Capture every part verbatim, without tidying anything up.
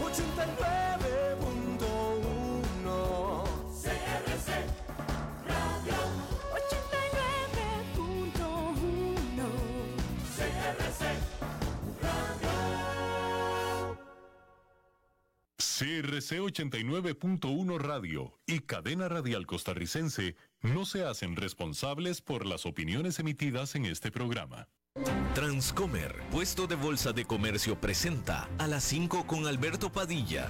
ochenta y nueve punto uno. C R C Radio ochenta y nueve punto uno. C R C Radio. C R C ochenta y nueve punto uno Radio y Cadena Radial Costarricense no se hacen responsables por las opiniones emitidas en este programa. Transcomer, puesto de bolsa de comercio, presenta A las cinco con Alberto Padilla.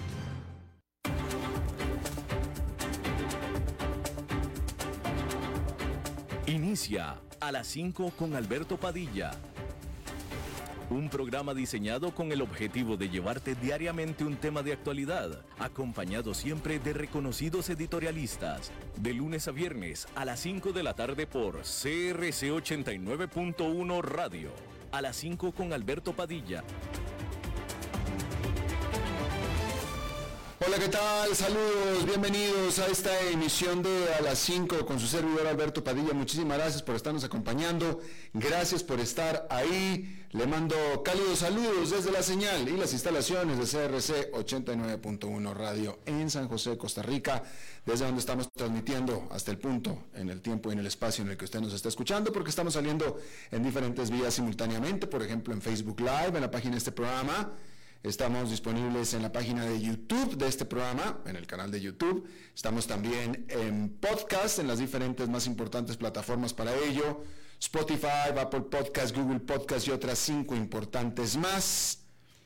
Inicia A las cinco con Alberto Padilla. Un programa diseñado con el objetivo de llevarte diariamente un tema de actualidad, acompañado siempre de reconocidos editorialistas, de lunes a viernes a las cinco de la tarde por C R C ochenta y nueve punto uno Radio. A las cinco con Alberto Padilla. Hola, ¿qué tal? Saludos, bienvenidos a esta emisión de A las cinco con su servidor Alberto Padilla. Muchísimas gracias por estarnos acompañando, gracias por estar ahí. Le mando cálidos saludos desde la señal y las instalaciones de C R C ochenta y nueve punto uno Radio en San José, Costa Rica, desde donde estamos transmitiendo hasta el punto, en el tiempo y en el espacio en el que usted nos está escuchando, porque estamos saliendo en diferentes vías simultáneamente, por ejemplo en Facebook Live, en la página de este programa. Estamos disponibles en la página de YouTube de este programa, en el canal de YouTube. Estamos también en podcast, en las diferentes más importantes plataformas para ello. Spotify, Apple Podcast, Google Podcast y otras cinco importantes más.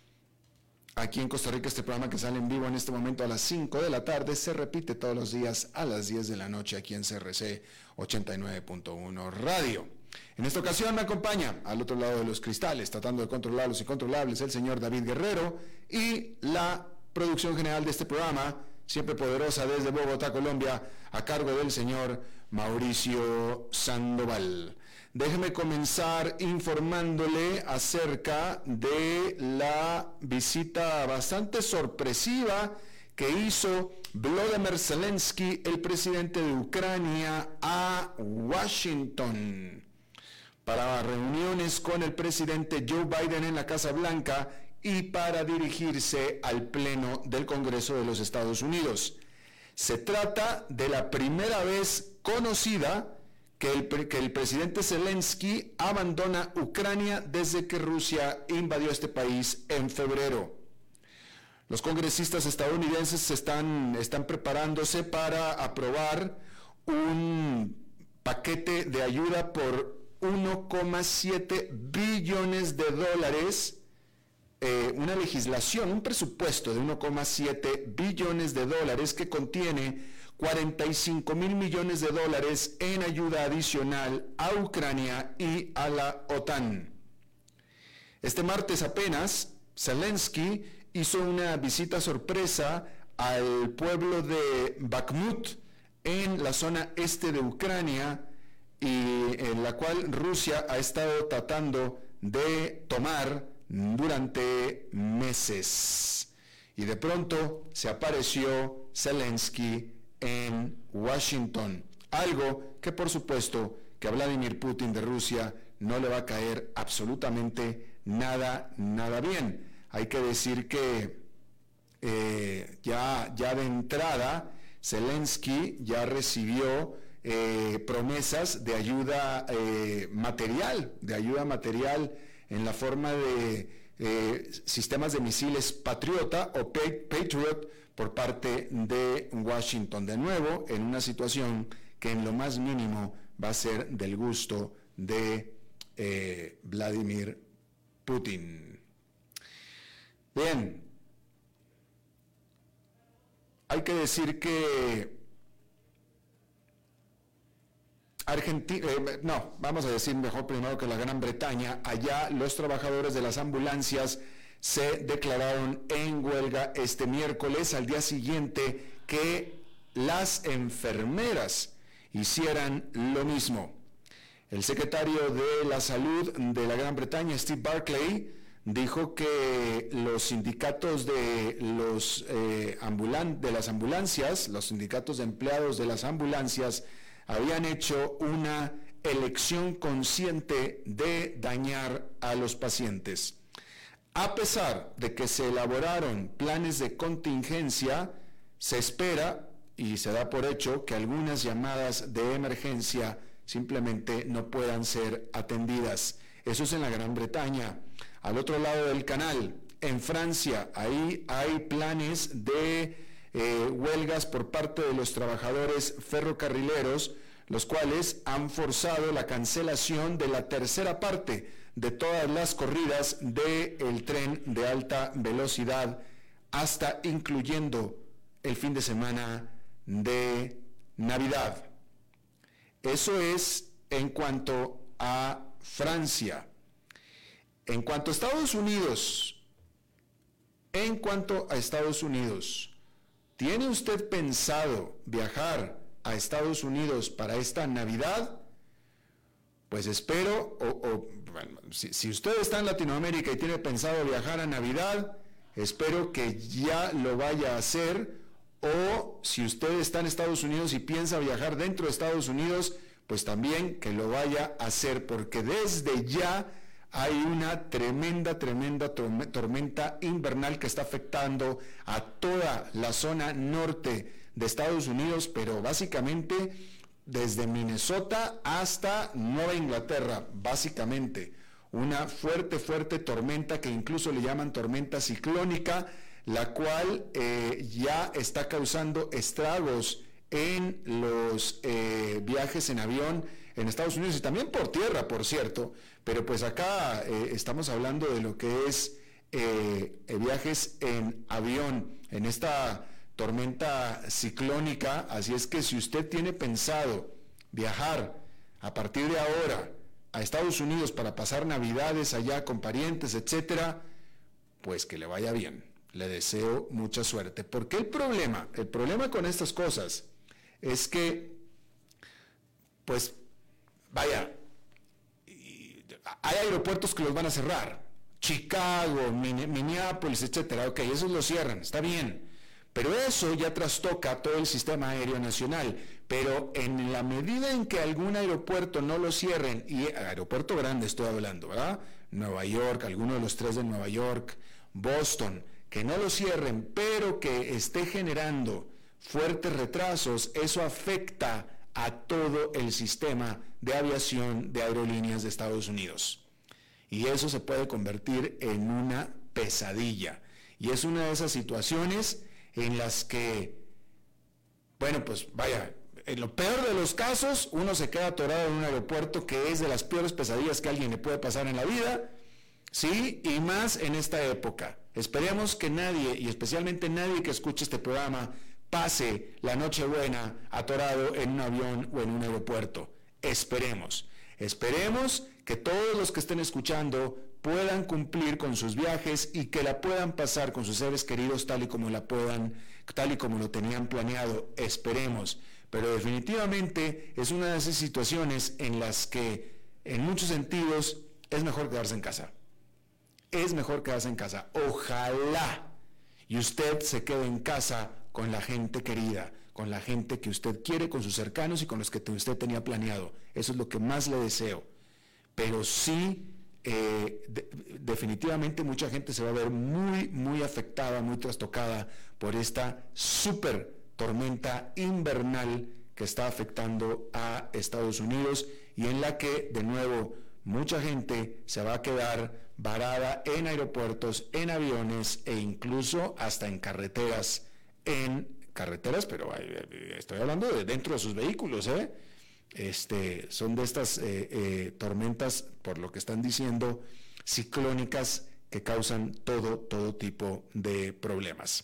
Aquí en Costa Rica este programa que sale en vivo en este momento a las cinco de la tarde se repite todos los días a las diez de la noche aquí en C R C ochenta y nueve punto uno Radio. En esta ocasión me acompaña al otro lado de los cristales, tratando de controlar los incontrolables, el señor David Guerrero, y la producción general de este programa, siempre poderosa desde Bogotá, Colombia, a cargo del señor Mauricio Sandoval. Déjeme comenzar informándole acerca de la visita bastante sorpresiva que hizo Volodymyr Zelensky, el presidente de Ucrania, a Washington para reuniones con el presidente Joe Biden en la Casa Blanca y para dirigirse al Pleno del Congreso de los Estados Unidos. Se trata de la primera vez conocida que el, que el presidente Zelensky abandona Ucrania desde que Rusia invadió este país en febrero. Los congresistas estadounidenses están, están preparándose para aprobar un paquete de ayuda por uno coma siete billones de dólares, eh, una legislación, un presupuesto de uno coma siete billones de dólares que contiene cuarenta y cinco mil millones de dólares en ayuda adicional a Ucrania y a la OTAN. Este martes apenas, Zelensky hizo una visita sorpresa al pueblo de Bakhmut en la zona este de Ucrania, y en la cual Rusia ha estado tratando de tomar durante meses. Y de pronto se apareció Zelensky en Washington, algo que por supuesto que a Vladimir Putin de Rusia no le va a caer absolutamente nada, nada bien. Hay que decir que eh, ya, ya de entrada Zelensky ya recibió Eh, promesas de ayuda eh, material, de ayuda material en la forma de eh, sistemas de misiles Patriota o Patriot por parte de Washington. De nuevo, en una situación que en lo más mínimo va a ser del gusto de eh, Vladimir Putin. Bien, hay que decir que Argentina, eh, no, vamos a decir mejor primero que la Gran Bretaña. Allá los trabajadores de las ambulancias se declararon en huelga este miércoles, al día siguiente que las enfermeras hicieran lo mismo. El secretario de la Salud de la Gran Bretaña, Steve Barclay, dijo que los sindicatos de, los, eh, ambulan- de las ambulancias, los sindicatos de empleados de las ambulancias, habían hecho una elección consciente de dañar a los pacientes. A pesar de que se elaboraron planes de contingencia, se espera y se da por hecho que algunas llamadas de emergencia simplemente no puedan ser atendidas. Eso es en la Gran Bretaña. Al otro lado del canal, en Francia, ahí hay planes de eh, huelgas por parte de los trabajadores ferrocarrileros, los cuales han forzado la cancelación de la tercera parte de todas las corridas del tren de alta velocidad, hasta incluyendo el fin de semana de Navidad. Eso es en cuanto a Francia. En cuanto a Estados Unidos, en cuanto a Estados Unidos, ¿tiene usted pensado viajar a Estados Unidos para esta Navidad? Pues espero, o, o bueno, si, si usted está en Latinoamérica y tiene pensado viajar a Navidad, espero que ya lo vaya a hacer, o si usted está en Estados Unidos y piensa viajar dentro de Estados Unidos, pues también que lo vaya a hacer, porque desde ya hay una tremenda, tremenda tormenta invernal que está afectando a toda la zona norte de Estados Unidos, pero básicamente desde Minnesota hasta Nueva Inglaterra, básicamente. Una fuerte, fuerte tormenta que incluso le llaman tormenta ciclónica, la cual eh, ya está causando estragos en los eh, viajes en avión en Estados Unidos y también por tierra, por cierto, pero pues acá eh, estamos hablando de lo que es eh, viajes en avión, en esta tormenta ciclónica. Así es que si usted tiene pensado viajar a partir de ahora a Estados Unidos para pasar Navidades allá con parientes, etcétera, pues que le vaya bien. Le deseo mucha suerte. Porque el problema, el problema con estas cosas es que, pues, vaya, hay aeropuertos que los van a cerrar. Chicago, Minneapolis, etcétera. Ok, esos los cierran, está bien. Pero eso ya trastoca todo el sistema aéreo nacional. Pero en la medida en que algún aeropuerto no lo cierren, y aeropuerto grande estoy hablando, ¿verdad? Nueva York, alguno de los tres de Nueva York, Boston, que no lo cierren, pero que esté generando fuertes retrasos, eso afecta a todo el sistema de aviación de aerolíneas de Estados Unidos. Y eso se puede convertir en una pesadilla. Y es una de esas situaciones en las que, bueno, pues vaya, en lo peor de los casos, uno se queda atorado en un aeropuerto, que es de las peores pesadillas que a alguien le puede pasar en la vida, ¿sí? Y más en esta época. Esperemos que nadie, y especialmente nadie que escuche este programa, pase la Nochebuena atorado en un avión o en un aeropuerto. Esperemos. Esperemos que todos los que estén escuchando puedan cumplir con sus viajes y que la puedan pasar con sus seres queridos tal y como la puedan, tal y como lo tenían planeado. Esperemos. Pero definitivamente es una de esas situaciones en las que, en muchos sentidos, es mejor quedarse en casa. Es mejor quedarse en casa. Ojalá y usted se quede en casa con la gente querida, con la gente que usted quiere, con sus cercanos y con los que usted tenía planeado. Eso es lo que más le deseo. Pero sí, eh, de, definitivamente mucha gente se va a ver muy, muy afectada, muy trastocada por esta súper tormenta invernal que está afectando a Estados Unidos y en la que, de nuevo, mucha gente se va a quedar varada en aeropuertos, en aviones e incluso hasta en carreteras, en carreteras, pero estoy hablando de dentro de sus vehículos, ¿eh? Este, son de estas eh, eh, tormentas, por lo que están diciendo, ciclónicas que causan todo, todo tipo de problemas.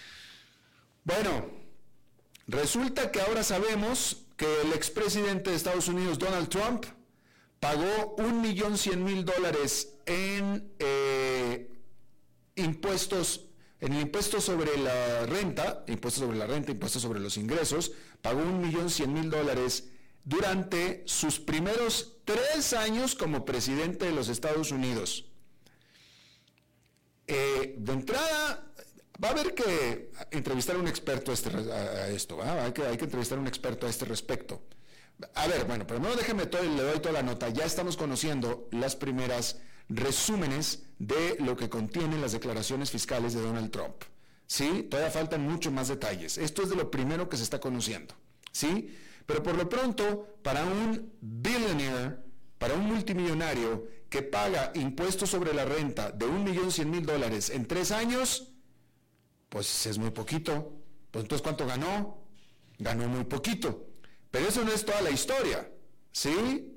Bueno, resulta que ahora sabemos que el expresidente de Estados Unidos, Donald Trump, pagó un millón cien mil dólares en eh, impuestos, en el impuesto sobre la renta, impuesto sobre la renta, impuesto sobre los ingresos, pagó un millón cien mil dólares durante sus primeros tres años como presidente de los Estados Unidos. Eh, de entrada, va a haber que entrevistar a un experto a, este, a esto, ¿va? Hay que, hay que entrevistar a un experto a este respecto. A ver, bueno, primero déjeme todo, le doy toda la nota. Ya estamos conociendo las primeras resúmenes de lo que contienen las declaraciones fiscales de Donald Trump. ¿Sí? Todavía faltan mucho más detalles. Esto es de lo primero que se está conociendo. ¿Sí? Pero por lo pronto, para un billionaire, para un multimillonario que paga impuestos sobre la renta de un millón cien mil dólares en tres años, pues es muy poquito. Pues entonces, ¿cuánto ganó? Ganó muy poquito. Pero eso no es toda la historia. ¿Sí?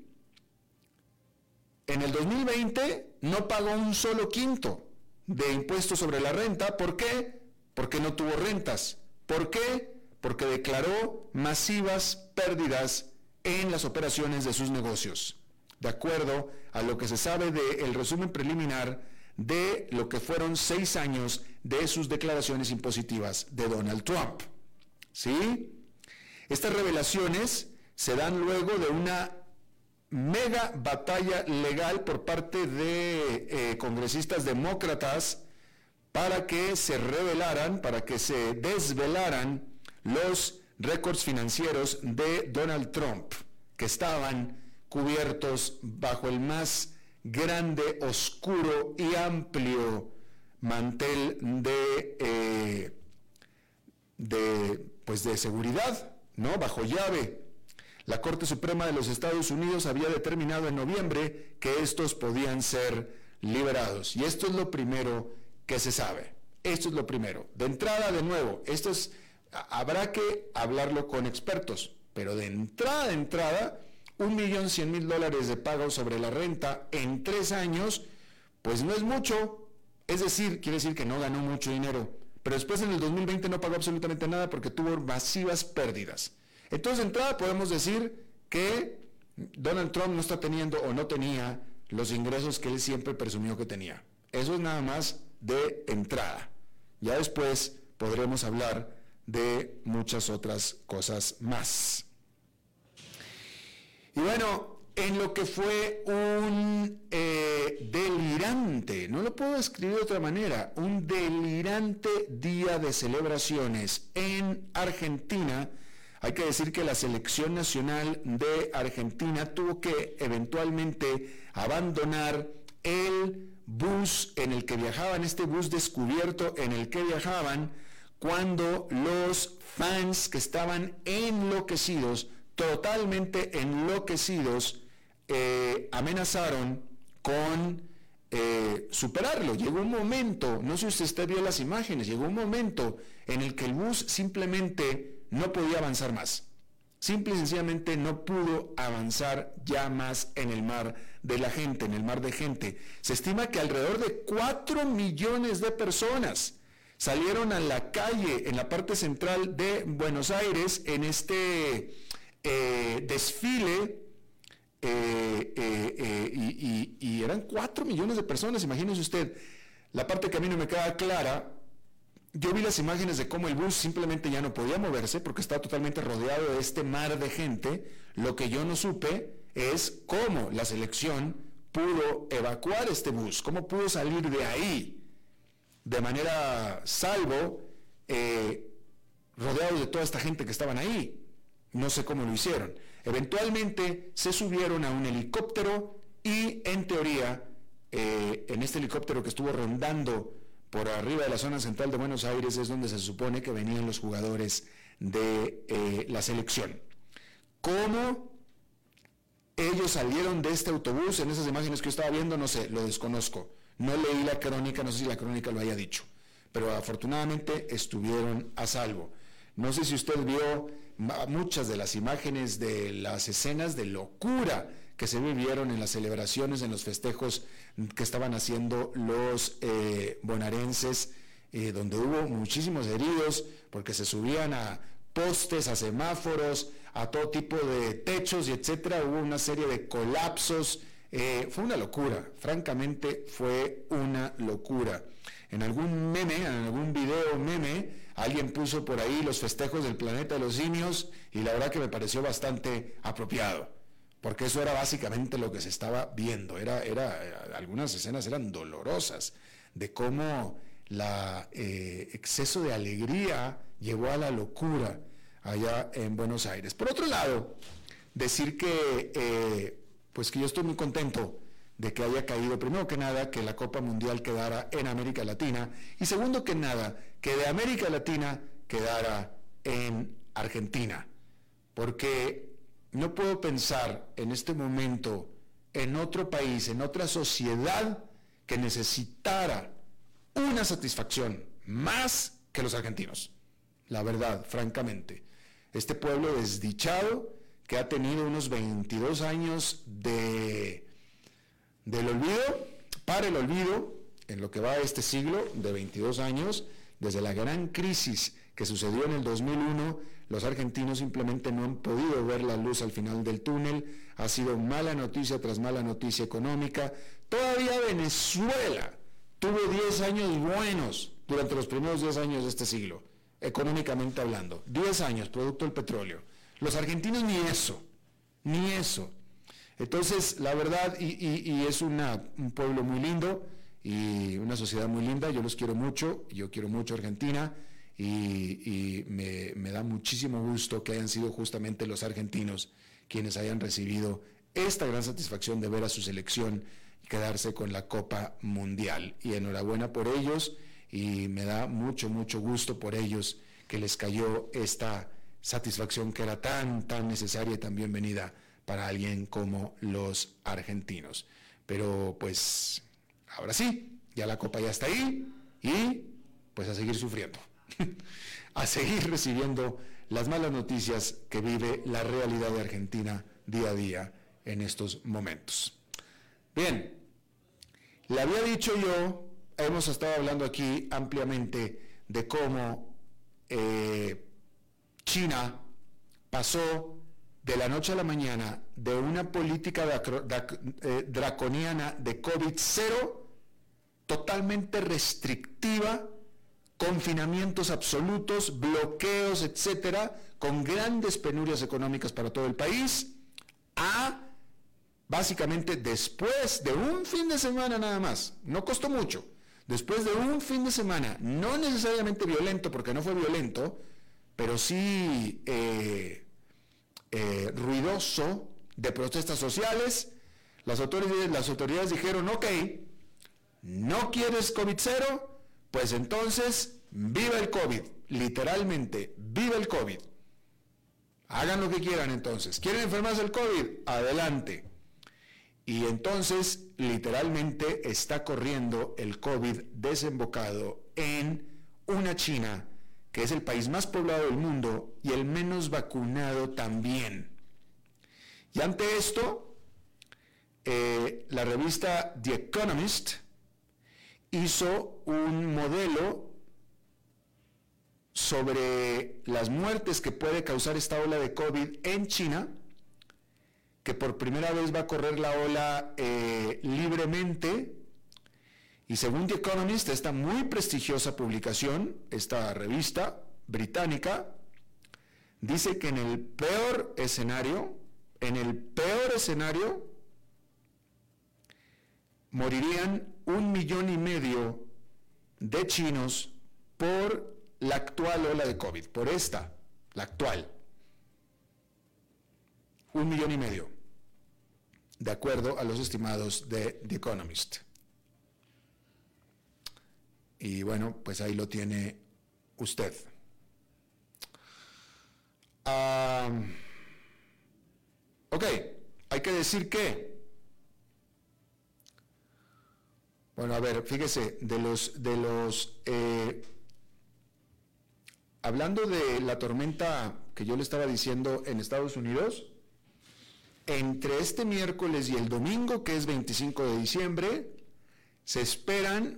En el dos mil veinte no pagó un solo quinto de impuestos sobre la renta. ¿Por qué? Porque no tuvo rentas. ¿Por qué? Porque declaró masivas pérdidas en las operaciones de sus negocios, de acuerdo a lo que se sabe del resumen preliminar de lo que fueron seis años de sus declaraciones impositivas de Donald Trump. ¿Sí? Estas revelaciones se dan luego de una mega batalla legal por parte de eh, congresistas demócratas para que se revelaran, para que se desvelaran los récords financieros de Donald Trump, que estaban cubiertos bajo el más grande, oscuro y amplio mantel de, eh, de, pues de seguridad, ¿no? Bajo llave. La Corte Suprema de los Estados Unidos había determinado en noviembre que estos podían ser liberados. Y esto es lo primero que se sabe. Esto es lo primero. De entrada, de nuevo, esto es, habrá que hablarlo con expertos, pero de entrada, de entrada, un millón cien mil dólares de pago sobre la renta en tres años, pues no es mucho. Es decir, quiere decir que no ganó mucho dinero. Pero después en el dos mil veinte no pagó absolutamente nada porque tuvo masivas pérdidas. Entonces, de entrada podemos decir que Donald Trump no está teniendo o no tenía los ingresos que él siempre presumió que tenía. Eso es nada más de entrada. Ya después podremos hablar de muchas otras cosas más. Y bueno, en lo que fue un eh, delirante, no lo puedo describir de otra manera, un delirante día de celebraciones en Argentina. Hay que decir que la selección nacional de Argentina tuvo que eventualmente abandonar el bus en el que viajaban, este bus descubierto en el que viajaban, cuando los fans que estaban enloquecidos, totalmente enloquecidos, eh, amenazaron con eh, superarlo. Llegó un momento, no sé si usted vio las imágenes, llegó un momento en el que el bus simplemente no podía avanzar más. Simple y sencillamente no pudo avanzar ya más en el mar de la gente, en el mar de gente. Se estima que alrededor de cuatro millones de personas salieron a la calle en la parte central de Buenos Aires en este eh, desfile eh, eh, eh, y, y, y eran cuatro millones de personas. Imagínese usted. La parte que a mí no me queda clara, yo vi las imágenes de cómo el bus simplemente ya no podía moverse porque estaba totalmente rodeado de este mar de gente. Lo que yo no supe es cómo la selección pudo evacuar este bus, cómo pudo salir de ahí de manera salvo, eh, rodeado de toda esta gente que estaban ahí. No sé cómo lo hicieron. Eventualmente se subieron a un helicóptero y, en teoría, eh, en este helicóptero que estuvo rondando por arriba de la zona central de Buenos Aires es donde se supone que venían los jugadores de eh, la selección. ¿Cómo ellos salieron de este autobús? En esas imágenes que yo estaba viendo, no sé, lo desconozco. No leí la crónica, no sé si la crónica lo haya dicho, pero afortunadamente estuvieron a salvo. No sé si usted vio muchas de las imágenes de las escenas de locura que se vivieron en las celebraciones, en los festejos que estaban haciendo los eh, bonaerenses, eh, donde hubo muchísimos heridos, porque se subían a postes, a semáforos, a todo tipo de techos y etcétera. Hubo una serie de colapsos. Eh, fue una locura, francamente fue una locura. En algún meme, en algún video meme, alguien puso por ahí los festejos del planeta de los simios y la verdad que me pareció bastante apropiado, porque eso era básicamente lo que se estaba viendo. Era, era, algunas escenas eran dolorosas, de cómo la eh, exceso de alegría llevó a la locura allá en Buenos Aires. Por otro lado, decir que, eh, pues que yo estoy muy contento de que haya caído, primero que nada, que la Copa Mundial quedara en América Latina, y segundo que nada, que de América Latina quedara en Argentina, porque no puedo pensar en este momento en otro país, en otra sociedad que necesitara una satisfacción más que los argentinos. La verdad, francamente, este pueblo desdichado que ha tenido unos veintidós años de, del olvido, para el olvido, en lo que va este siglo, de veintidós años, desde la gran crisis que sucedió en el dos mil uno, los argentinos simplemente no han podido ver la luz al final del túnel, ha sido mala noticia tras mala noticia económica. Todavía Venezuela tuvo diez años buenos durante los primeros diez años de este siglo, económicamente hablando, diez años, producto del petróleo. Los argentinos ni eso, ni eso. Entonces, la verdad, y, y, y es una, un pueblo muy lindo y una sociedad muy linda, yo los quiero mucho, yo quiero mucho Argentina, y, y me, me da muchísimo gusto que hayan sido justamente los argentinos quienes hayan recibido esta gran satisfacción de ver a su selección quedarse con la Copa Mundial. Y enhorabuena por ellos, y me da mucho, mucho gusto por ellos que les cayó esta satisfacción que era tan, tan necesaria y tan bienvenida para alguien como los argentinos. Pero pues, ahora sí, ya la Copa ya está ahí, y pues a seguir sufriendo, a seguir recibiendo las malas noticias que vive la realidad de Argentina día a día en estos momentos. Bien, le había dicho yo, hemos estado hablando aquí ampliamente de cómo eh, China pasó de la noche a la mañana de una política draconiana de COVID cero, totalmente restrictiva, confinamientos absolutos, bloqueos, etcétera, con grandes penurias económicas para todo el país, a básicamente después de un fin de semana nada más, no costó mucho, después de un fin de semana, no necesariamente violento, porque no fue violento, pero sí eh, eh, ruidoso, de protestas sociales, las autoridades, las autoridades dijeron, ok, ¿no quieres COVID cero? Pues entonces, viva el COVID, literalmente, viva el COVID. Hagan lo que quieran entonces. ¿Quieren enfermarse del COVID? Adelante. Y entonces, literalmente, está corriendo el COVID desembocado en una China, que es el país más poblado del mundo y el menos vacunado también. Y ante esto, eh, la revista The Economist hizo un modelo sobre las muertes que puede causar esta ola de COVID en China, que por primera vez va a correr la ola eh, libremente, y según The Economist, esta muy prestigiosa publicación, esta revista británica, dice que en el peor escenario, en el peor escenario, morirían un millón y medio de chinos por la actual ola de COVID, por esta, la actual. Un millón y medio, de acuerdo a los estimados de The Economist. Y bueno, pues ahí lo tiene usted. Um, ok, hay que decir que Bueno, a ver, fíjese, de los, de los, eh, hablando de la tormenta que yo le estaba diciendo en Estados Unidos, entre este miércoles y el domingo, que es veinticinco de diciembre, se esperan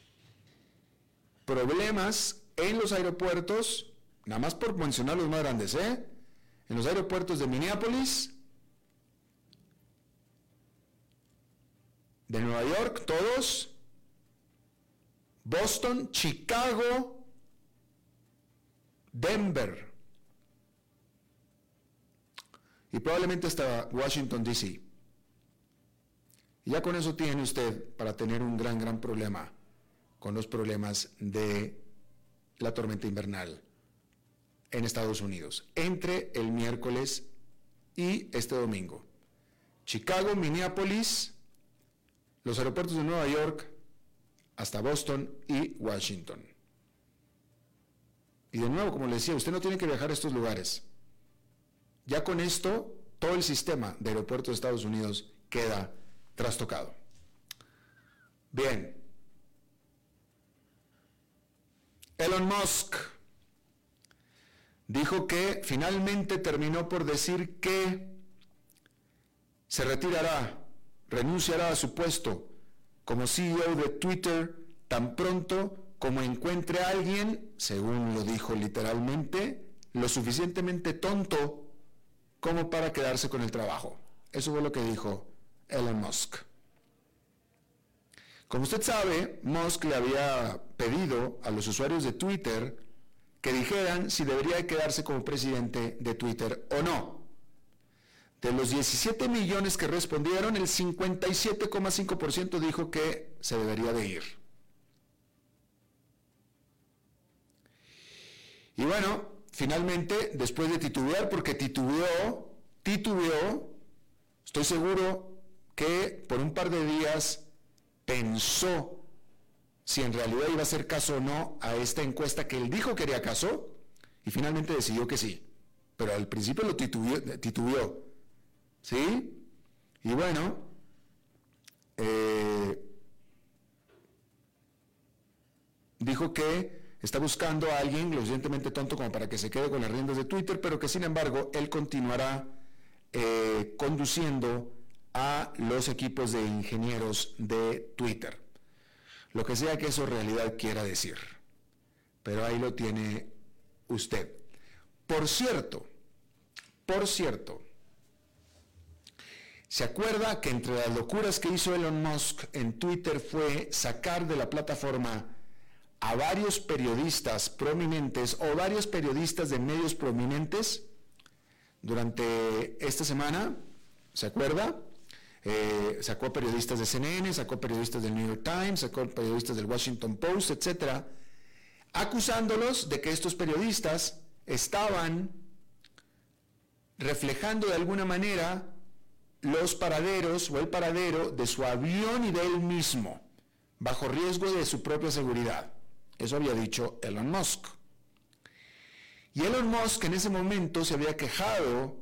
problemas en los aeropuertos, nada más por mencionar los más grandes, ¿eh? En los aeropuertos de Minneapolis, de Nueva York, todos, Boston, Chicago, Denver, y probablemente hasta Washington, D C Y ya con eso tiene usted para tener un gran, gran problema con los problemas de la tormenta invernal en Estados Unidos, entre el miércoles y este domingo. Chicago, Minneapolis, los aeropuertos de Nueva York hasta Boston y Washington. Y de nuevo, como le decía, usted no tiene que viajar a estos lugares. Ya con esto, todo el sistema de aeropuertos de Estados Unidos queda trastocado. Bien. Elon Musk dijo que finalmente terminó por decir que se retirará, renunciará a su puesto como C E O de Twitter tan pronto como encuentre a alguien, según lo dijo literalmente, lo suficientemente tonto como para quedarse con el trabajo. Eso fue lo que dijo Elon Musk. Como usted sabe, Musk le había pedido a los usuarios de Twitter que dijeran si debería quedarse como presidente de Twitter o no. De los diecisiete millones que respondieron, el cincuenta y siete coma cinco por ciento dijo que se debería de ir. Y bueno, finalmente, después de titubear, porque titubeó, titubeó, estoy seguro que por un par de días pensó si en realidad iba a hacer caso o no a esta encuesta que él dijo que haría caso, y finalmente decidió que sí. Pero al principio lo titubeó, titubeó. ¿Sí? Y bueno, eh, dijo que está buscando a alguien lo suficientemente tonto como para que se quede con las riendas de Twitter, pero que sin embargo él continuará eh, conduciendo a los equipos de ingenieros de Twitter. Lo que sea que eso en realidad quiera decir. Pero ahí lo tiene usted. Por cierto, por cierto, ¿se acuerda que entre las locuras que hizo Elon Musk en Twitter fue sacar de la plataforma a varios periodistas prominentes o varios periodistas de medios prominentes durante esta semana? ¿Se acuerda? Eh, sacó periodistas de C N N, sacó periodistas del New York Times, sacó periodistas del Washington Post, etcétera, acusándolos de que estos periodistas estaban reflejando de alguna manera los paraderos o el paradero de su avión y de él mismo, bajo riesgo de su propia seguridad. Eso había dicho Elon Musk. Y Elon Musk en ese momento se había quejado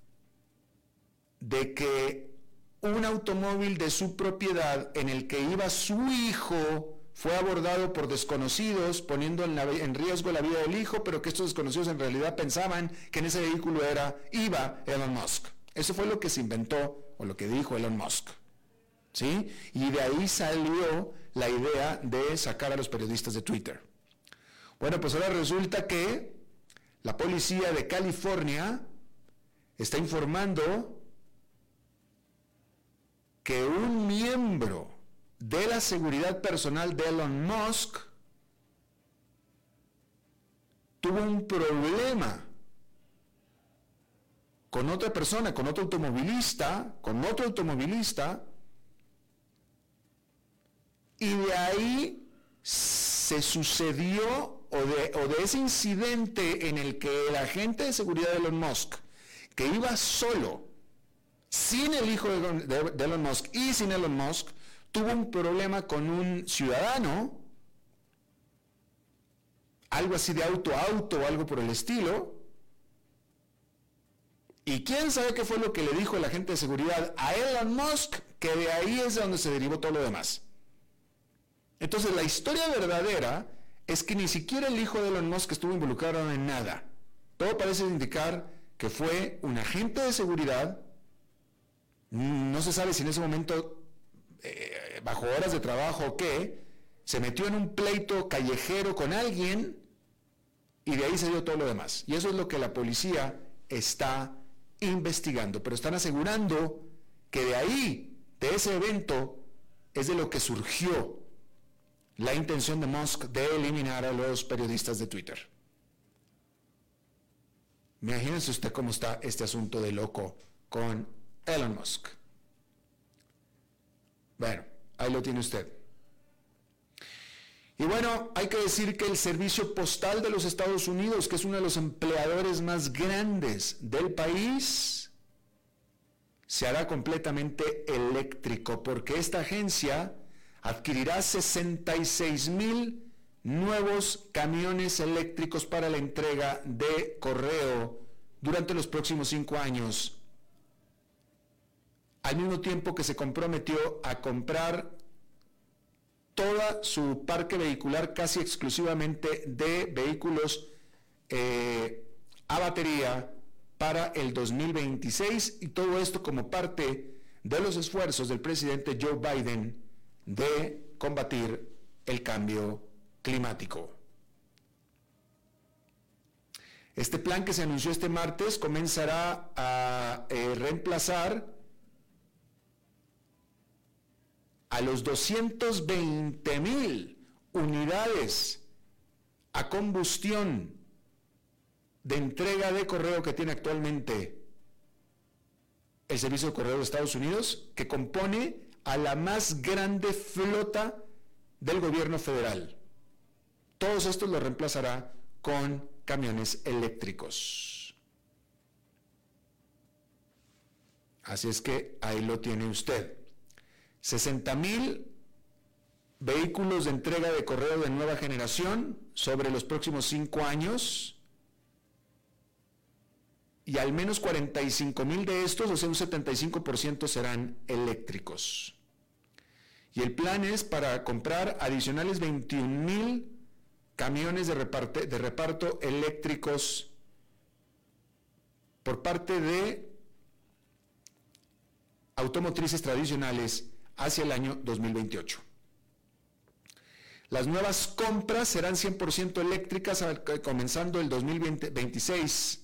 de que un automóvil de su propiedad en el que iba su hijo fue abordado por desconocidos, poniendo en, la, en riesgo la vida del hijo, pero que estos desconocidos en realidad pensaban que en ese vehículo era, iba Elon Musk. Eso fue lo que se inventó, o lo que dijo Elon Musk. ¿Sí? Y de ahí salió la idea de sacar a los periodistas de Twitter. Bueno, pues ahora resulta que la policía de California está informando que un miembro de la seguridad personal de Elon Musk tuvo un problema con otra persona, con otro automovilista, con otro automovilista, y de ahí se sucedió, o de, o de ese incidente en el que el agente de seguridad de Elon Musk, que iba solo, sin el hijo de Elon, de, de Elon Musk y sin Elon Musk, tuvo un problema con un ciudadano, algo así de auto a auto o algo por el estilo, y quién sabe qué fue lo que le dijo el agente de seguridad a Elon Musk, que de ahí es de donde se derivó todo lo demás. Entonces la historia verdadera es que ni siquiera el hijo de Elon Musk estuvo involucrado en nada. Todo parece indicar que fue un agente de seguridad, no se sabe si en ese momento, eh, bajo horas de trabajo o qué, se metió en un pleito callejero con alguien y de ahí se dio todo lo demás. Y eso es lo que la policía está investigando, pero están asegurando que de ahí, de ese evento, es de lo que surgió la intención de Musk de eliminar a los periodistas de Twitter. Imagínense usted cómo está este asunto de loco con Elon Musk. Bueno, ahí lo tiene usted. Y bueno, hay que decir que el Servicio Postal de los Estados Unidos, que es uno de los empleadores más grandes del país, se hará completamente eléctrico, porque esta agencia adquirirá sesenta y seis mil nuevos camiones eléctricos para la entrega de correo durante los próximos cinco años, al mismo tiempo que se comprometió a comprar toda su parque vehicular casi exclusivamente de vehículos eh, a batería para el dos mil veintiséis, y todo esto como parte de los esfuerzos del presidente Joe Biden de combatir el cambio climático. Este plan que se anunció este martes comenzará a eh, reemplazar a los doscientos veinte mil unidades a combustión de entrega de correo que tiene actualmente el Servicio de Correo de Estados Unidos, que compone a la más grande flota del gobierno federal. Todos estos los reemplazará con camiones eléctricos. Así es que ahí lo tiene usted. sesenta mil vehículos de entrega de correo de nueva generación sobre los próximos cinco años, y al menos cuarenta y cinco mil de estos, o sea, un setenta y cinco por ciento serán eléctricos. Y el plan es para comprar adicionales veintiún mil camiones de, reparte, de reparto eléctricos por parte de automotrices tradicionales hacia el año dos mil veintiocho. Las nuevas compras serán cien por ciento eléctricas comenzando el dos mil veintiséis.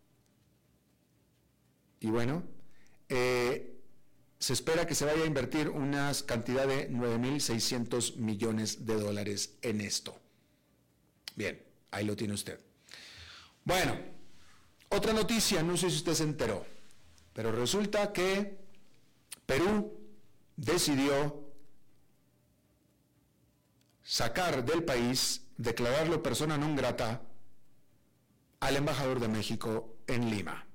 Y bueno, eh, se espera que se vaya a invertir una cantidad de nueve mil seiscientos millones de dólares en esto. Bien, ahí lo tiene usted. Bueno, otra noticia, no sé si usted se enteró, pero resulta que Perú decidió sacar del país, declararlo persona non grata al embajador de México en Lima.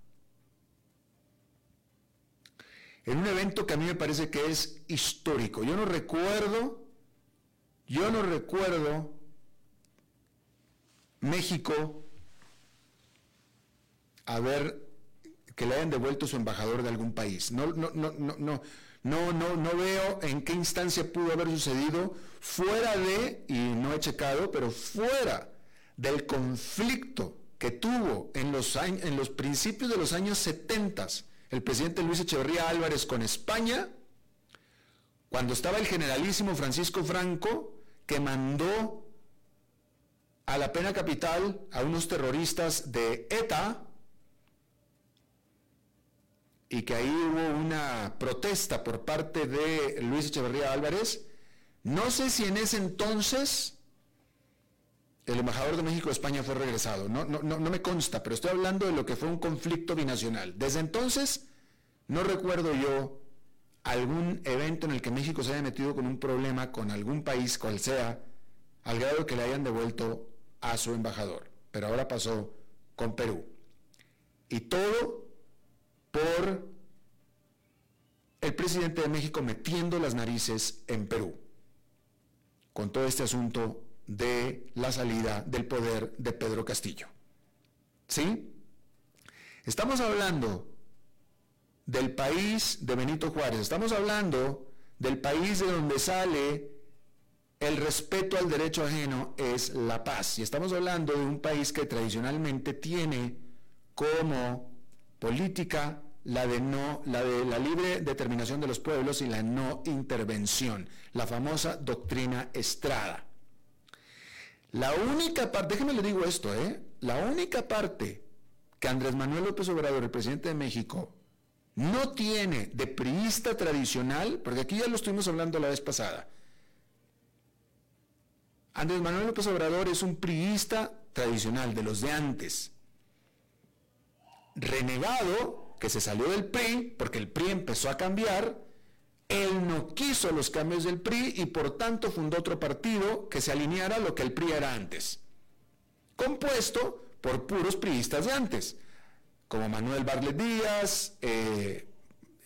En un evento que a mí me parece que es histórico. Yo no recuerdo, yo no recuerdo México a ver que le hayan devuelto su embajador de algún país. No, no, no, no, no, no, no, no veo en qué instancia pudo haber sucedido fuera de, y no he checado, pero fuera del conflicto que tuvo en los años, en los principios de los años setenta el presidente Luis Echeverría Álvarez con España, cuando estaba el generalísimo Francisco Franco, que mandó a la pena capital a unos terroristas de ETA, y que ahí hubo una protesta por parte de Luis Echeverría Álvarez. No sé si en ese entonces el embajador de México a España fue regresado, no, no, no, no me consta, pero estoy hablando de lo que fue un conflicto binacional. Desde entonces no recuerdo yo algún evento en el que México se haya metido con un problema con algún país, cual sea, al grado que le hayan devuelto a su embajador. Pero ahora pasó con Perú. Y todo por el presidente de México metiendo las narices en Perú, con todo este asunto de la salida del poder de Pedro Castillo. ¿Sí? Estamos hablando del país de Benito Juárez, estamos hablando del país de donde sale el respeto al derecho ajeno, es la paz. Y estamos hablando de un país que tradicionalmente tiene como política la de no, la de la libre determinación de los pueblos y la no intervención, la famosa doctrina Estrada. La única parte, déjenme le digo esto, ¿eh? La única parte que Andrés Manuel López Obrador, el presidente de México, no tiene de priista tradicional, porque aquí ya lo estuvimos hablando la vez pasada. Andrés Manuel López Obrador es un priista tradicional, de los de antes. Renegado, que se salió del P R I, porque el P R I empezó a cambiar. Él no quiso los cambios del P R I y por tanto fundó otro partido que se alineara a lo que el P R I era antes, compuesto por puros priistas de antes, como Manuel Bartlett Díaz, eh,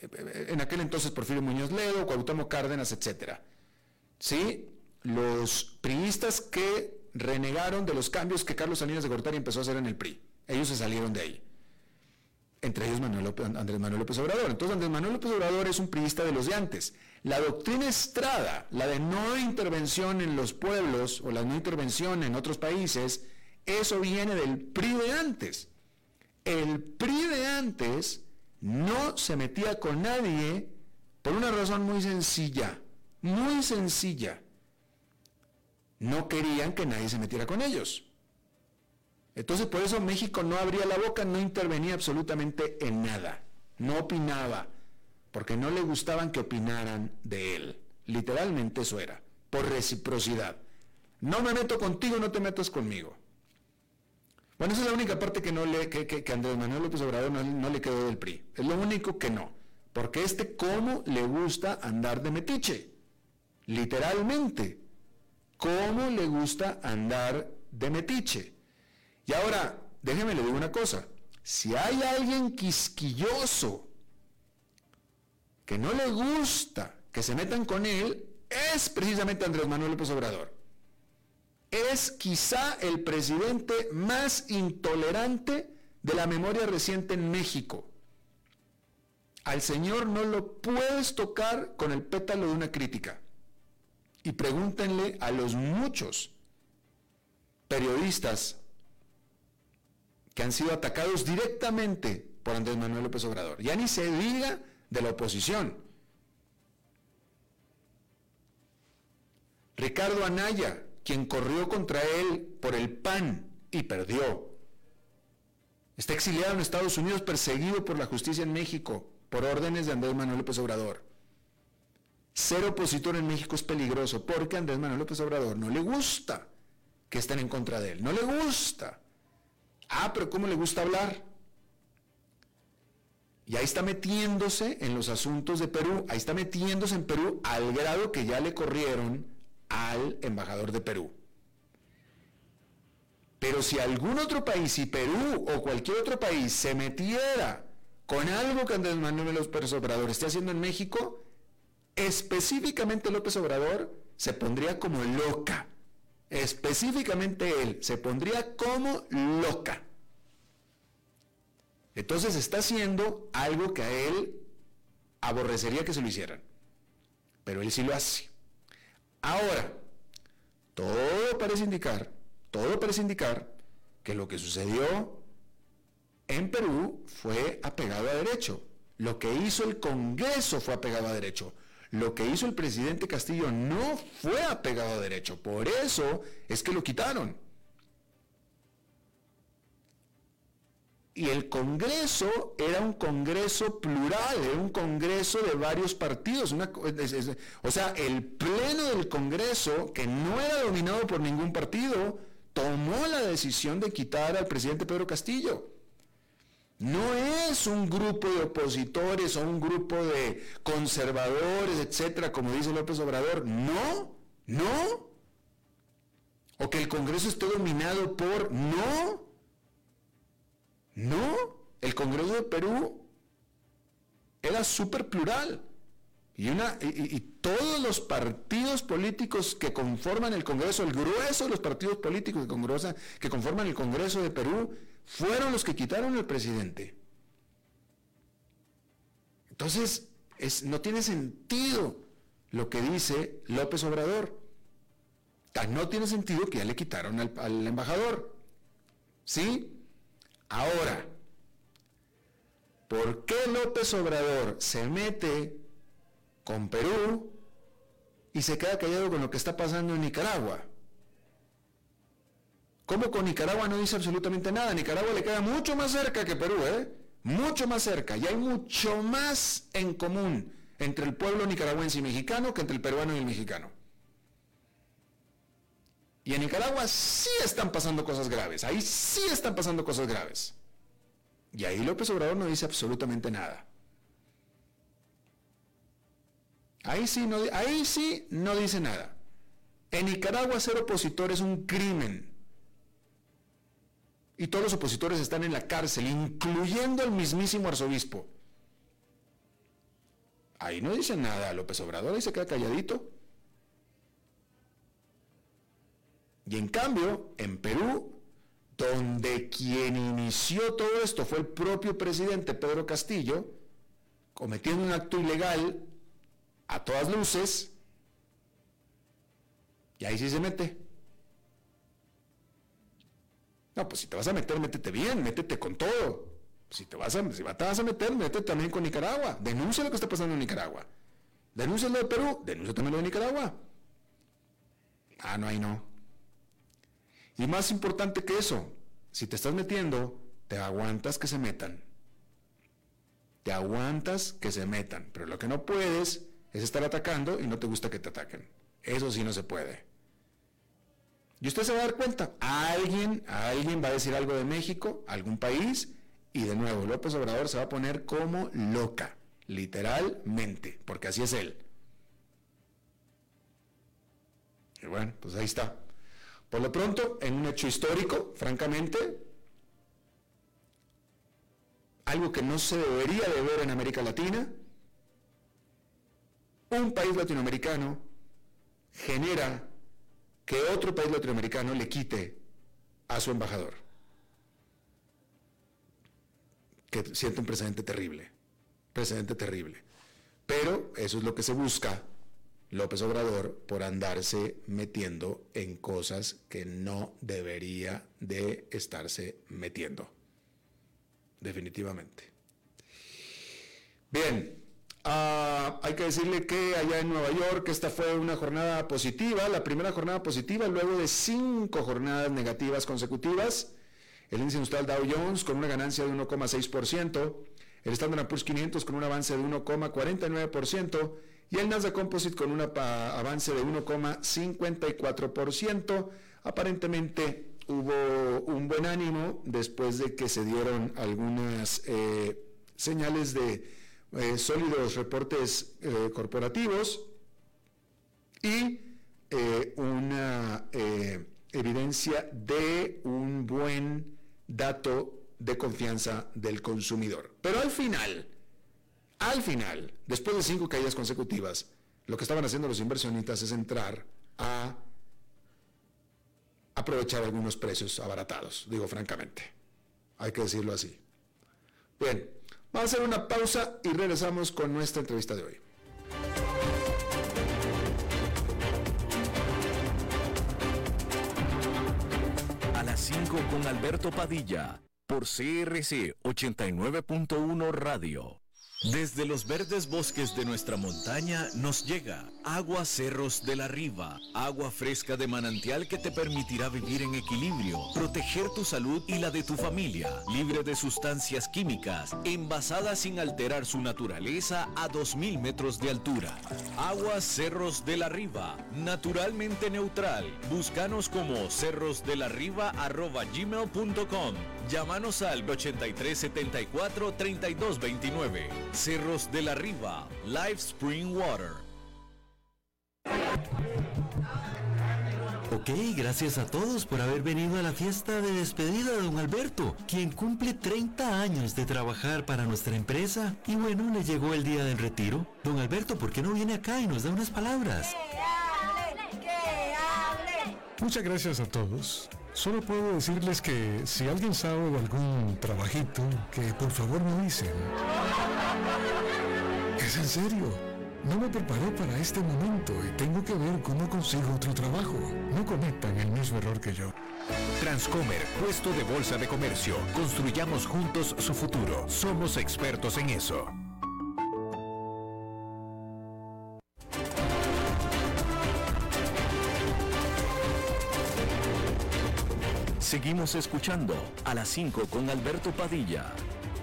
en aquel entonces Porfirio Muñoz Ledo, Cuauhtémoc Cárdenas, etcétera. ¿Sí? Los priistas que renegaron de los cambios que Carlos Salinas de Gortari empezó a hacer en el P R I. Ellos se salieron de ahí. Entre ellos Manuel López, Andrés Manuel López Obrador. Entonces Andrés Manuel López Obrador es un priista de los de antes. La doctrina Estrada, la de no intervención en los pueblos o la no intervención en otros países, eso viene del P R I de antes. El P R I de antes no se metía con nadie por una razón muy sencilla, muy sencilla. No querían que nadie se metiera con ellos. Entonces por eso México no abría la boca, no intervenía absolutamente en nada, no opinaba, porque no le gustaban que opinaran de él. Literalmente eso era, por reciprocidad. No me meto contigo, no te metas conmigo. Bueno, esa es la única parte que, no le, que, que, que Andrés Manuel López Obrador no, no le quedó del P R I. Es lo único que no, porque este cómo le gusta andar de metiche, literalmente, cómo le gusta andar de metiche. Y ahora, déjeme le digo una cosa, si hay alguien quisquilloso que no le gusta que se metan con él, es precisamente Andrés Manuel López Obrador. Es quizá el presidente más intolerante de la memoria reciente en México. Al señor no lo puedes tocar con el pétalo de una crítica. Y pregúntenle a los muchos periodistas que han sido atacados directamente por Andrés Manuel López Obrador. Ya ni se diga de la oposición. Ricardo Anaya, quien corrió contra él por el P A N y perdió. Está exiliado en Estados Unidos, perseguido por la justicia en México, por órdenes de Andrés Manuel López Obrador. Ser opositor en México es peligroso, porque a Andrés Manuel López Obrador no le gusta que estén en contra de él, no le gusta. Ah, pero ¿cómo le gusta hablar? Y ahí está metiéndose en los asuntos de Perú, ahí está metiéndose en Perú al grado que ya le corrieron al embajador de Perú. Pero si algún otro país, si Perú o cualquier otro país se metiera con algo que Andrés Manuel López Obrador esté haciendo en México, específicamente López Obrador se pondría como loca. Específicamente él se pondría como loca. Entonces está haciendo algo que a él aborrecería que se lo hicieran, pero él sí lo hace. Ahora, todo parece indicar, todo parece indicar que lo que sucedió en Perú fue apegado a derecho. Lo que hizo el Congreso fue apegado a derecho. Lo que hizo el presidente Castillo no fue apegado a derecho. Por eso es que lo quitaron. Y el Congreso era un Congreso plural, era un Congreso de varios partidos. Una, es, es, o sea, el Pleno del Congreso, que no era dominado por ningún partido, tomó la decisión de quitar al presidente Pedro Castillo. No es un grupo de opositores o un grupo de conservadores, etcétera, como dice López Obrador. No, no. O que el Congreso esté dominado por... No. No, el Congreso de Perú era súper plural y, una, y, y todos los partidos políticos que conforman el Congreso, el grueso de los partidos políticos que, que conforman el Congreso de Perú, fueron los que quitaron al presidente. Entonces, es, no tiene sentido lo que dice López Obrador. No tiene sentido que ya le quitaron al, al embajador. ¿Sí? Ahora, ¿por qué López Obrador se mete con Perú y se queda callado con lo que está pasando en Nicaragua? ¿Cómo con Nicaragua no dice absolutamente nada? Nicaragua le queda mucho más cerca que Perú, ¿eh? Mucho más cerca. Y hay mucho más en común entre el pueblo nicaragüense y mexicano que entre el peruano y el mexicano. Y en Nicaragua sí están pasando cosas graves, ahí sí están pasando cosas graves. Y ahí López Obrador no dice absolutamente nada. Ahí sí no, ahí sí no dice nada. En Nicaragua ser opositor es un crimen. Y todos los opositores están en la cárcel, incluyendo el mismísimo arzobispo. ahí no dice nada López Obrador, ahí se queda calladito. Y en cambio, en Perú, donde quien inició todo esto fue el propio presidente Pedro Castillo, cometiendo un acto ilegal a todas luces, y ahí sí se mete. No, pues si te vas a meter, métete bien, métete con todo. Si te vas a, si te vas a meter, métete también con Nicaragua. Denuncia lo que está pasando en Nicaragua. Denuncia lo de Perú, denuncia también lo de Nicaragua. Ah, no, ahí no. Y más importante que eso, si te estás metiendo, te aguantas que se metan. Te aguantas que se metan. Pero lo que no puedes es estar atacando y no te gusta que te ataquen. Eso sí no se puede. Y usted se va a dar cuenta, alguien, alguien va a decir algo de México, algún país, y de nuevo López Obrador se va a poner como loca, literalmente, porque así es él. Y bueno, pues ahí está. Por lo pronto, en un hecho histórico, francamente, algo que no se debería de ver en América Latina, un país latinoamericano genera que otro país latinoamericano le quite a su embajador. Que siente un precedente terrible, precedente terrible. Pero eso es lo que se busca López Obrador por andarse metiendo en cosas que no debería de estarse metiendo. Definitivamente. Bien. Uh, hay que decirle que allá en Nueva York esta fue una jornada positiva, la primera jornada positiva luego de cinco jornadas negativas consecutivas. El índice industrial Dow Jones con una ganancia de uno coma seis por ciento, el Standard and Poor's quinientos con un avance de uno coma cuarenta y nueve por ciento y el Nasdaq Composite con un avance de uno coma cincuenta y cuatro por ciento. Aparentemente hubo un buen ánimo después de que se dieron algunas eh, señales de Eh, sólidos reportes eh, corporativos y eh, una eh, evidencia de un buen dato de confianza del consumidor. Pero al final, al final, después de cinco caídas consecutivas, lo que estaban haciendo los inversionistas es entrar a aprovechar algunos precios abaratados, digo francamente, hay que decirlo así. Bien. Vamos a hacer una pausa y regresamos con nuestra entrevista de hoy. A las cinco con Alberto Padilla, por C R C ochenta y nueve punto uno Radio. Desde los verdes bosques de nuestra montaña nos llega Agua Cerros de la Riva, agua fresca de manantial que te permitirá vivir en equilibrio, proteger tu salud y la de tu familia, libre de sustancias químicas, envasada sin alterar su naturaleza a dos mil metros de altura. Agua Cerros de la Riva, naturalmente neutral. Búscanos como cerrosdelariva arroba gmail punto com. Llámanos al ochenta y tres setenta y cuatro treinta y dos veintinueve. Cerros de la Riva, Live Spring Water. Ok, gracias a todos por haber venido a la fiesta de despedida de don Alberto, quien cumple treinta años de trabajar para nuestra empresa. Y bueno, le llegó el día del retiro. Don Alberto, ¿por qué no viene acá y nos da unas palabras? ¡Que hable! ¡Que hable! Muchas gracias a todos. Solo puedo decirles que si alguien sabe de algún trabajito, que por favor me avisen. Es en serio. No me preparé para este momento y tengo que ver cómo consigo otro trabajo. No cometan el mismo error que yo. Transcomer, puesto de bolsa de comercio. Construyamos juntos su futuro. Somos expertos en eso. Seguimos escuchando a las cinco con Alberto Padilla.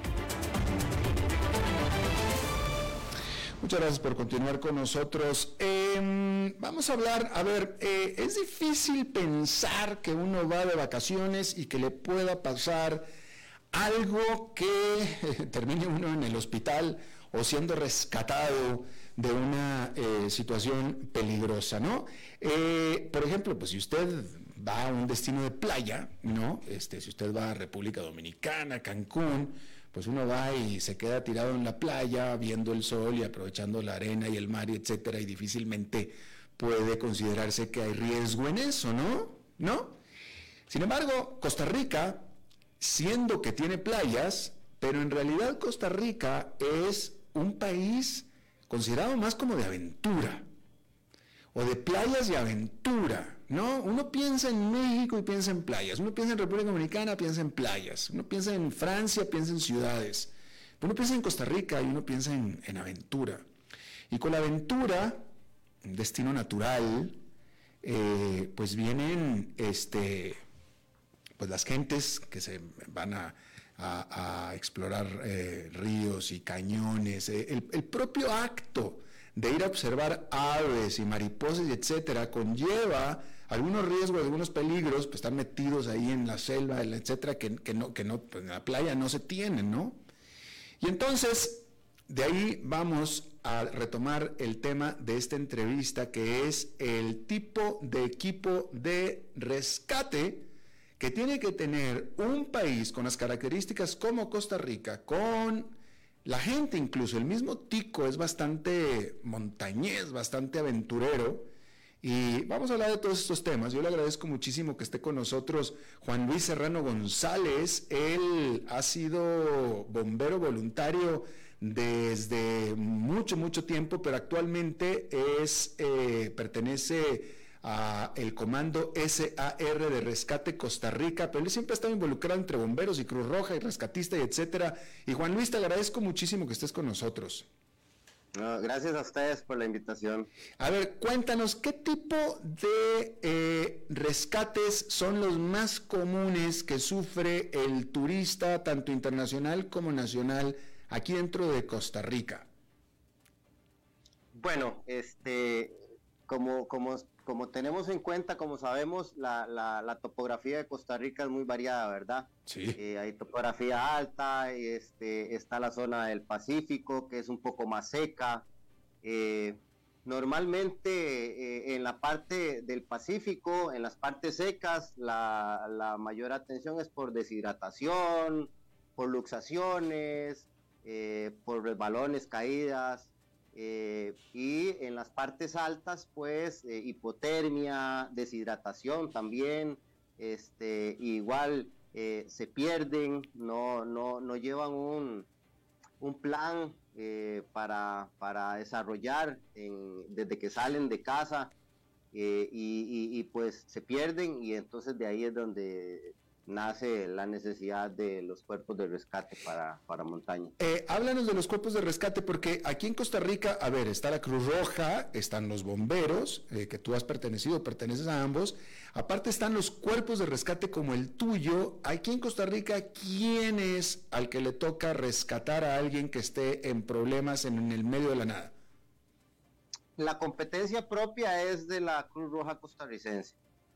Muchas gracias por continuar con nosotros. Eh, vamos a hablar, a ver, eh, es difícil pensar que uno va de vacaciones y que le pueda pasar algo que eh, termine uno en el hospital o siendo rescatado de una eh, situación peligrosa, ¿no? Eh, por ejemplo, pues si usted va a un destino de playa, ¿no? Este, si usted va a República Dominicana, Cancún, pues uno va y se queda tirado en la playa viendo el sol y aprovechando la arena y el mar, y etcétera, y difícilmente puede considerarse que hay riesgo en eso, ¿no? ¿No? Sin embargo, Costa Rica, siendo que tiene playas, pero en realidad Costa Rica es un país considerado más como de aventura, o de playas y aventura, ¿no? Uno piensa en México y piensa en playas, uno piensa en República Dominicana, piensa en playas, uno piensa en Francia, piensa en ciudades, uno piensa en Costa Rica y uno piensa en, en aventura. Y con la aventura, un destino natural, eh, pues vienen este, pues las gentes que se van a, a, a explorar eh, ríos y cañones, eh, el, el propio acto de ir a observar aves y mariposas y etcétera, conlleva algunos riesgos, algunos peligros, pues están metidos ahí en la selva, etcétera, que, que no, que no, pues en la playa no se tienen, ¿no? Y entonces, de ahí vamos a retomar el tema de esta entrevista, que es el tipo de equipo de rescate que tiene que tener un país con las características como Costa Rica, con la gente, incluso el mismo tico es bastante montañés, bastante aventurero, y vamos a hablar de todos estos temas. Yo le agradezco muchísimo que esté con nosotros Juan Luis Serrano González. Él ha sido bombero voluntario desde mucho, mucho tiempo, pero actualmente es, eh, pertenece a el Comando S A R de Rescate Costa Rica, pero él siempre ha estado involucrado entre bomberos y Cruz Roja y rescatista y etcétera. Y Juan Luis, te agradezco muchísimo que estés con nosotros. No, gracias a ustedes por la invitación. A ver, cuéntanos, ¿qué tipo de eh, rescates son los más comunes que sufre el turista, tanto internacional como nacional, aquí dentro de Costa Rica? Bueno, este, como, como, como tenemos en cuenta, como sabemos, la, la, la topografía de Costa Rica es muy variada, ¿verdad? Sí. Eh, hay topografía alta, y este, está la zona del Pacífico, que es un poco más seca. Eh, normalmente eh, en la parte del Pacífico, en las partes secas, la, la mayor atención es por deshidratación, por luxaciones, eh, por resbalones, caídas. Eh, y en las partes altas, pues, eh, hipotermia, deshidratación también, este, igual eh, se pierden, no, no, no llevan un, un plan eh, para, para desarrollar en, desde que salen de casa, eh, y, y, y pues se pierden, y entonces de ahí es donde nace la necesidad de los cuerpos de rescate para, para montaña. Eh, háblanos de los cuerpos de rescate, porque aquí en Costa Rica, a ver, está la Cruz Roja, están los bomberos, eh, que tú has pertenecido, perteneces a ambos, aparte están los cuerpos de rescate como el tuyo. Aquí en Costa Rica, ¿quién es al que le toca rescatar a alguien que esté en problemas en, en el medio de la nada? La competencia propia es de la Cruz Roja costarricense.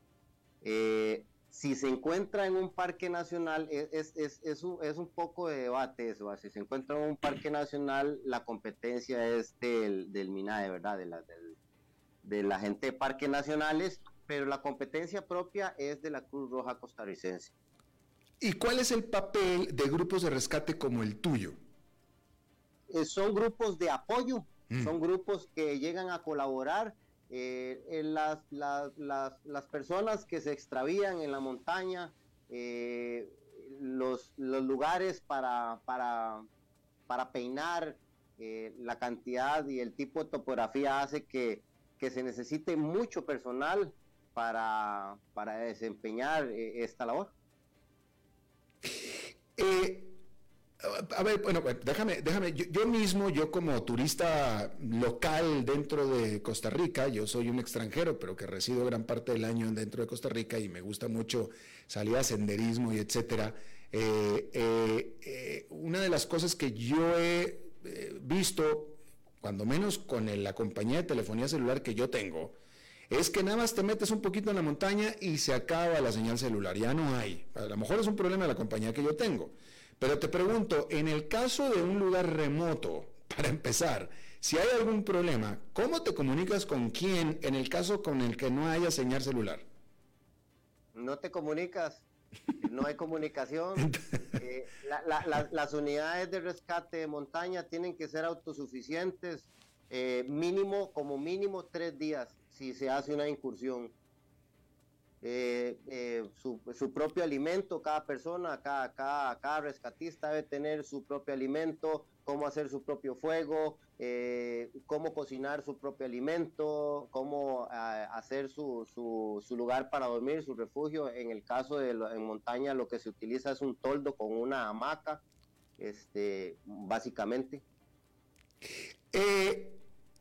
Eh, Si se encuentra en un parque nacional, es, es, es, es, un, es un poco de debate eso. Si se encuentra en un parque nacional, la competencia es del, del MINAE, ¿verdad? De la, del, de la gente de parques nacionales, pero la competencia propia es de la Cruz Roja costarricense. ¿Y cuál es el papel de grupos de rescate como el tuyo? Eh, son grupos de apoyo, mm. son grupos que llegan a colaborar. Eh, en las, las, las, las personas que se extravían en la montaña, eh, los, los lugares para, para, para peinar, eh, la cantidad y el tipo de topografía hace que, que se necesite mucho personal para, para desempeñar eh, esta labor. Eh, a ver, bueno, déjame, déjame, yo, yo mismo, yo como turista local dentro de Costa Rica, yo soy un extranjero, pero que resido gran parte del año dentro de Costa Rica y me gusta mucho salir a senderismo y etcétera. Eh, eh, eh, una de las cosas que yo he eh, visto, cuando menos con el, la compañía de telefonía celular que yo tengo, es que nada más te metes un poquito en la montaña y se acaba la señal celular, ya no hay. A lo mejor es un problema de la compañía que yo tengo. Pero te pregunto, en el caso de un lugar remoto, para empezar, si hay algún problema, ¿cómo te comunicas con quién en el caso con el que no haya señal celular? No te comunicas, no hay comunicación. Eh, la, la, la, las unidades de rescate de montaña tienen que ser autosuficientes, eh, mínimo, como mínimo tres días, si se hace una incursión. Eh, eh, su, su propio alimento, cada persona, cada, cada, cada rescatista debe tener su propio alimento, cómo hacer su propio fuego, eh, cómo cocinar su propio alimento, cómo eh, hacer su, su, su lugar para dormir, su refugio. En el caso de lo, en montaña lo que se utiliza es un toldo con una hamaca, este, básicamente. Eh,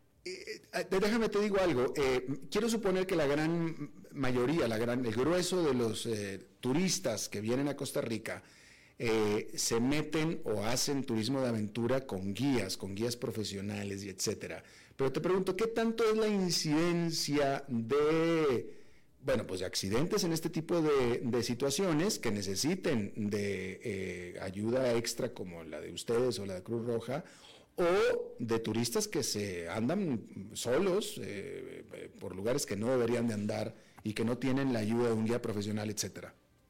eh, déjame te digo algo, eh, quiero suponer que la gran mayoría, la gran, el grueso de los eh, turistas que vienen a Costa Rica eh, se meten o hacen turismo de aventura con guías, con guías profesionales y etcétera. Pero te pregunto, ¿qué tanto es la incidencia de, bueno, pues de accidentes en este tipo de, de situaciones que necesiten de eh, ayuda extra como la de ustedes o la de Cruz Roja, o de turistas que se andan solos eh, eh, por lugares que no deberían de andar y que no tienen la ayuda de un guía profesional, etcétera?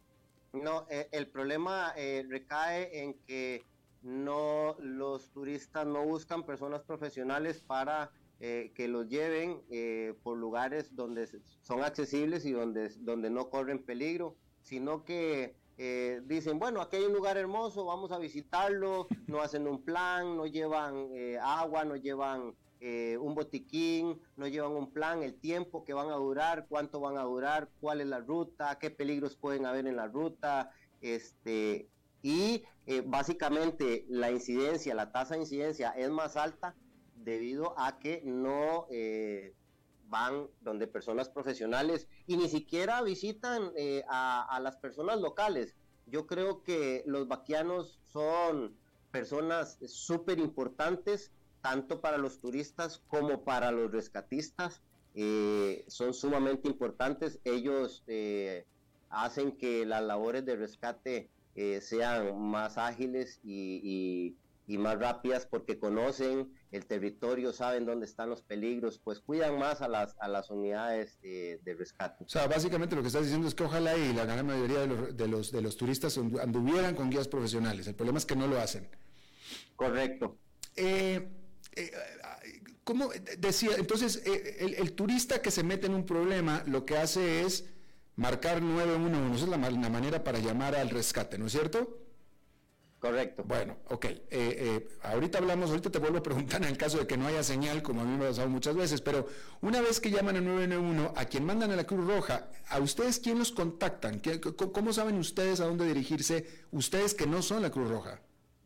No, eh, el problema eh, recae en que no, los turistas no buscan personas profesionales para eh, que los lleven eh, por lugares donde son accesibles y donde, donde no corren peligro, sino que Eh, dicen, bueno, aquí hay un lugar hermoso, vamos a visitarlo, no hacen un plan, no llevan eh, agua, no llevan eh, un botiquín, no llevan un plan, el tiempo que van a durar, cuánto van a durar, cuál es la ruta, qué peligros pueden haber en la ruta, este, y eh, básicamente la incidencia, la tasa de incidencia es más alta debido a que no eh, van donde personas profesionales y ni siquiera visitan eh, a, a las personas locales. Yo creo que los vaquianos son personas súper importantes, tanto para los turistas como para los rescatistas. Eh, son sumamente importantes. Ellos eh, hacen que las labores de rescate eh, sean más ágiles y, y y más rápidas porque conocen el territorio, saben dónde están los peligros, pues cuidan más a las, a las unidades de, de rescate. O sea, básicamente lo que estás diciendo es que ojalá y la gran mayoría de los, de los, de los turistas anduvieran con guías profesionales. El problema es que no lo hacen. Correcto. Eh, eh, ¿Cómo decía? Entonces, eh, el, el turista que se mete en un problema lo que hace es marcar nueve uno uno. Esa es la, la manera para llamar al rescate, ¿no es cierto? Correcto. Bueno, ok. Eh, eh, ahorita hablamos, ahorita te vuelvo a preguntar en el caso de que no haya señal, como a mí me ha pasado muchas veces, pero una vez que llaman a nueve nueve uno, a quien mandan a la Cruz Roja, ¿a ustedes quién los contactan? ¿Qué, ¿Cómo saben ustedes a dónde dirigirse, ustedes que no son la Cruz Roja?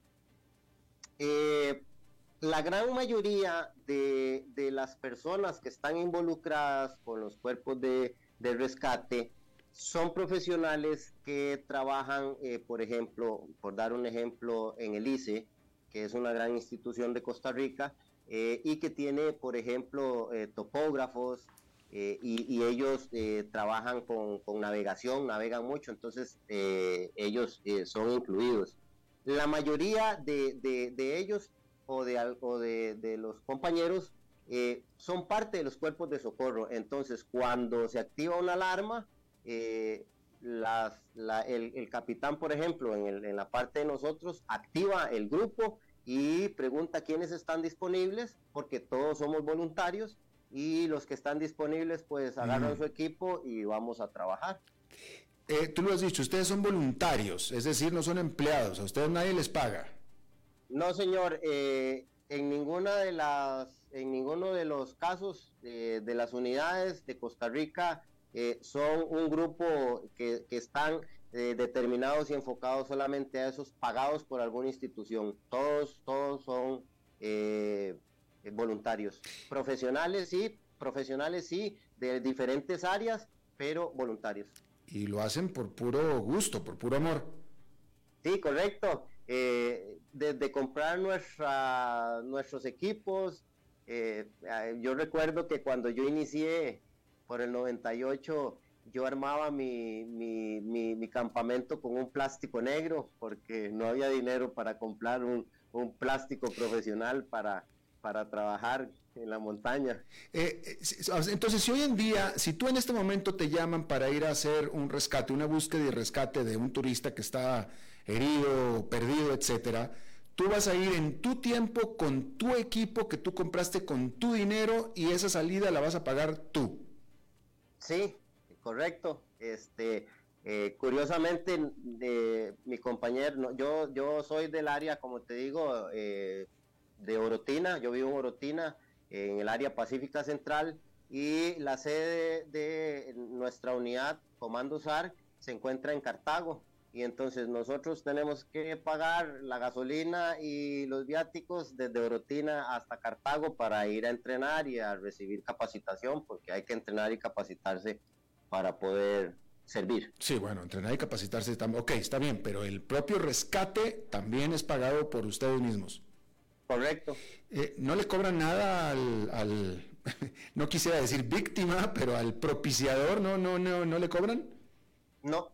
Eh, la gran mayoría de, de las personas que están involucradas con los cuerpos de, de rescate son profesionales que trabajan, eh, por ejemplo, por dar un ejemplo, en el I C E, que es una gran institución de Costa Rica, eh, y que tiene, por ejemplo, eh, topógrafos, eh, y, y ellos eh, trabajan con, con navegación, navegan mucho, entonces eh, ellos eh, son incluidos. La mayoría de, de, de ellos o de, o de, de los compañeros eh, son parte de los cuerpos de socorro, entonces cuando se activa una alarma, Eh, las, la, el, el capitán, por ejemplo, en, el, en la parte de nosotros, activa el grupo y pregunta quiénes están disponibles, porque todos somos voluntarios, y los que están disponibles, pues agarran mm. su equipo y vamos a trabajar. Eh, tú lo has dicho, ustedes son voluntarios, es decir, no son empleados, a ustedes nadie les paga. No, señor, eh, en ninguna de las, en ninguno de los casos eh, de las unidades de Costa Rica, Eh, son un grupo que, que están eh, determinados y enfocados solamente a esos pagados por alguna institución. Todos, todos son eh, voluntarios. Profesionales sí, profesionales sí, de diferentes áreas, pero voluntarios. Y lo hacen por puro gusto, por puro amor. Sí, correcto. Eh, desde comprar nuestra, nuestros equipos, eh, yo recuerdo que cuando yo inicié por el noventa y ocho, yo armaba mi, mi, mi, mi campamento con un plástico negro, porque no había dinero para comprar un, un plástico profesional para, para trabajar en la montaña. Eh, eh, entonces, si hoy en día, si tú en este momento te llaman para ir a hacer un rescate, una búsqueda y rescate de un turista que está herido, perdido, etcétera, tú vas a ir en tu tiempo, con tu equipo que tú compraste con tu dinero y esa salida la vas a pagar tú. Sí, correcto. Este, eh, curiosamente, de, mi compañero, no, yo, yo soy del área, como te digo, eh, de Orotina. Yo vivo en Orotina, en el área Pacífica Central, y la sede de nuestra unidad, Comando S A R, se encuentra en Cartago. Y entonces nosotros tenemos que pagar la gasolina y los viáticos desde Orotina hasta Cartago para ir a entrenar y a recibir capacitación, porque hay que entrenar y capacitarse para poder servir. Sí, bueno, entrenar y capacitarse también, ok, está bien, pero el propio rescate también es pagado por ustedes mismos. Correcto. Eh, ¿no le cobran nada al, al no quisiera decir víctima, pero al propiciador, no, no, no, no le cobran? No.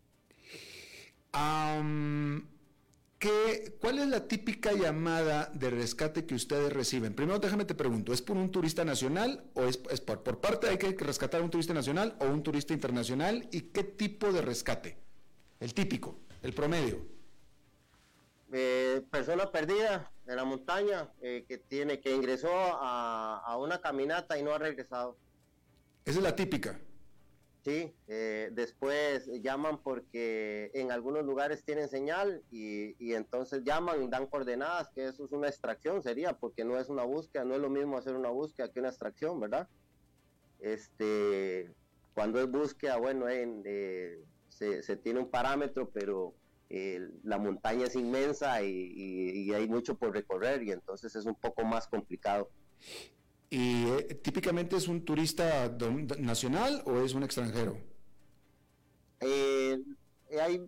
Um, ¿qué, ¿Cuál es la típica llamada de rescate que ustedes reciben? Primero déjame te pregunto, ¿es por un turista nacional o es, es por, por parte hay que rescatar a un turista nacional o un turista internacional? ¿Y qué tipo de rescate? El típico, el promedio. Eh, persona perdida en la montaña, eh, que tiene que ingresó a, a una caminata y no ha regresado. Esa es la típica. Sí, eh, después llaman porque en algunos lugares tienen señal y, y entonces llaman y dan coordenadas, que eso es una extracción, sería, porque no es una búsqueda, no es lo mismo hacer una búsqueda que una extracción, ¿verdad? Este, cuando es búsqueda, bueno, en, eh, se, se tiene un parámetro, pero eh, la montaña es inmensa y, y, y hay mucho por recorrer y entonces es un poco más complicado. ¿Y eh, típicamente es un turista don, nacional o es un extranjero? Eh, hay,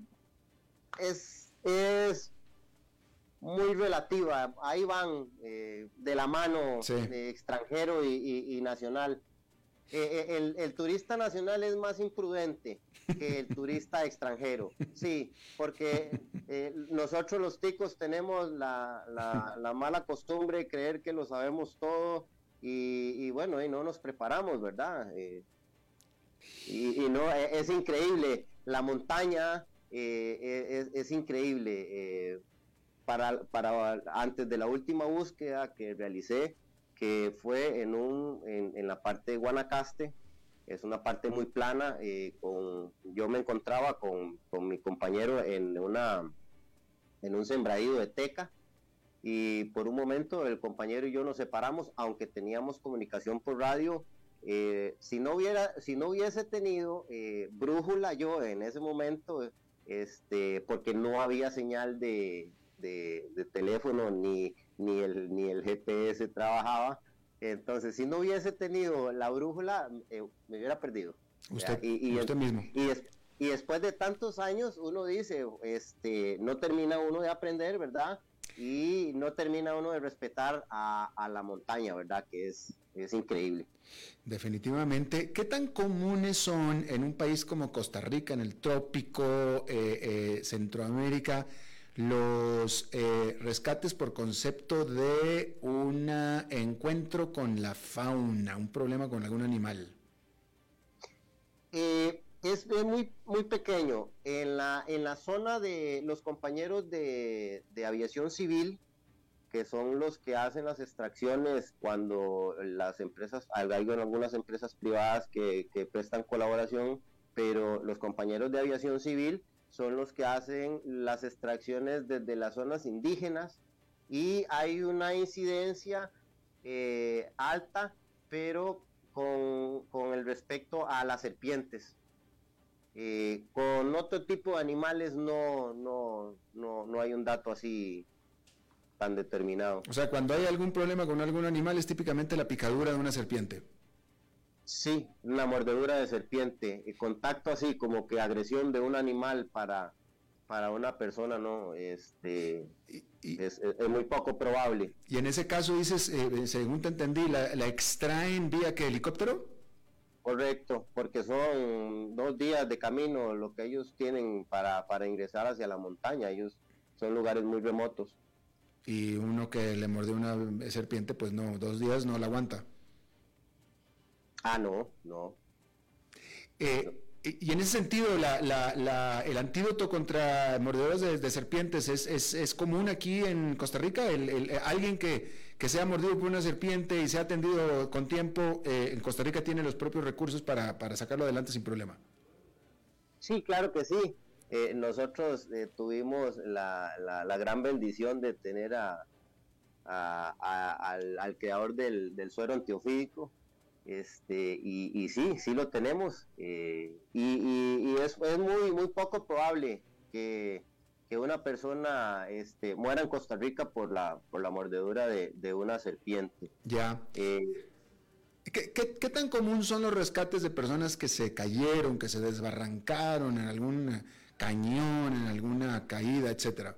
es, es muy relativa, ahí van eh, de la mano, sí. eh, extranjero y, y, y nacional. Eh, el, el turista nacional es más imprudente que el turista extranjero, sí, porque eh, nosotros los ticos tenemos la, la, la mala costumbre de creer que lo sabemos todo. Y, y bueno, y no nos preparamos, ¿verdad? Eh, y, y no, es, es increíble, la montaña eh, es, es increíble. Eh, para, para antes de la última búsqueda que realicé, que fue en, un, en, en la parte de Guanacaste, es una parte muy plana, eh, con, yo me encontraba con, con mi compañero en, una, en un sembradío de teca, y por un momento el compañero y yo nos separamos, aunque teníamos comunicación por radio. Eh, si no hubiera, si no hubiese tenido eh, brújula yo en ese momento, este, porque no había señal de, de, de teléfono ni, ni, el, ni el G P S trabajaba, entonces si no hubiese tenido la brújula eh, me hubiera perdido. Usted, y, y usted el, mismo. Y es, y después de tantos años uno dice, este, no termina uno de aprender, ¿verdad? Y no termina uno de respetar a, a la montaña, ¿verdad? Que es, es increíble. Definitivamente. ¿Qué tan comunes son en un país como Costa Rica, en el trópico, eh, eh, Centroamérica, los eh, rescates por concepto de un encuentro con la fauna, un problema con algún animal? Eh... Es, es muy muy pequeño. En la en la zona de los compañeros de, de aviación civil, que son los que hacen las extracciones cuando las empresas, hay algunas empresas privadas que, que prestan colaboración, pero los compañeros de aviación civil son los que hacen las extracciones desde las zonas indígenas, y hay una incidencia eh, alta, pero con, con el respecto a las serpientes. Eh, con otro tipo de animales no, no, no, no hay un dato así tan determinado. O sea, cuando hay algún problema con algún animal es típicamente la picadura de una serpiente. Sí, una mordedura de serpiente, el contacto así como que agresión de un animal para, para una persona, no, este, y, y, es, es muy poco probable. Y en ese caso dices, eh, según te entendí, ¿la, la extraen vía qué, helicóptero? Correcto, porque son dos días de camino lo que ellos tienen para, para ingresar hacia la montaña. Ellos son lugares muy remotos. Y uno que le mordió una serpiente, pues no, dos días no la aguanta. Ah, no, no. Eh, y en ese sentido, la, la, la, el antídoto contra mordedoras de, de serpientes es, es, es común aquí en Costa Rica. El, el, alguien que, que sea mordido por una serpiente y sea atendido con tiempo, eh, en Costa Rica tiene los propios recursos para, para sacarlo adelante sin problema. Sí, claro que sí. Eh, nosotros eh, tuvimos la, la, la gran bendición de tener a, a, a, al, al creador del, del suero antiofídico. Este, y, y sí, sí lo tenemos, eh, y, y, y es, es muy, muy poco probable que, que una persona este, muera en Costa Rica por la, por la mordedura de, de una serpiente. Ya. Eh, ¿Qué, qué, ¿Qué tan común son los rescates de personas que se cayeron, que se desbarrancaron en algún cañón, en alguna caída, etcétera?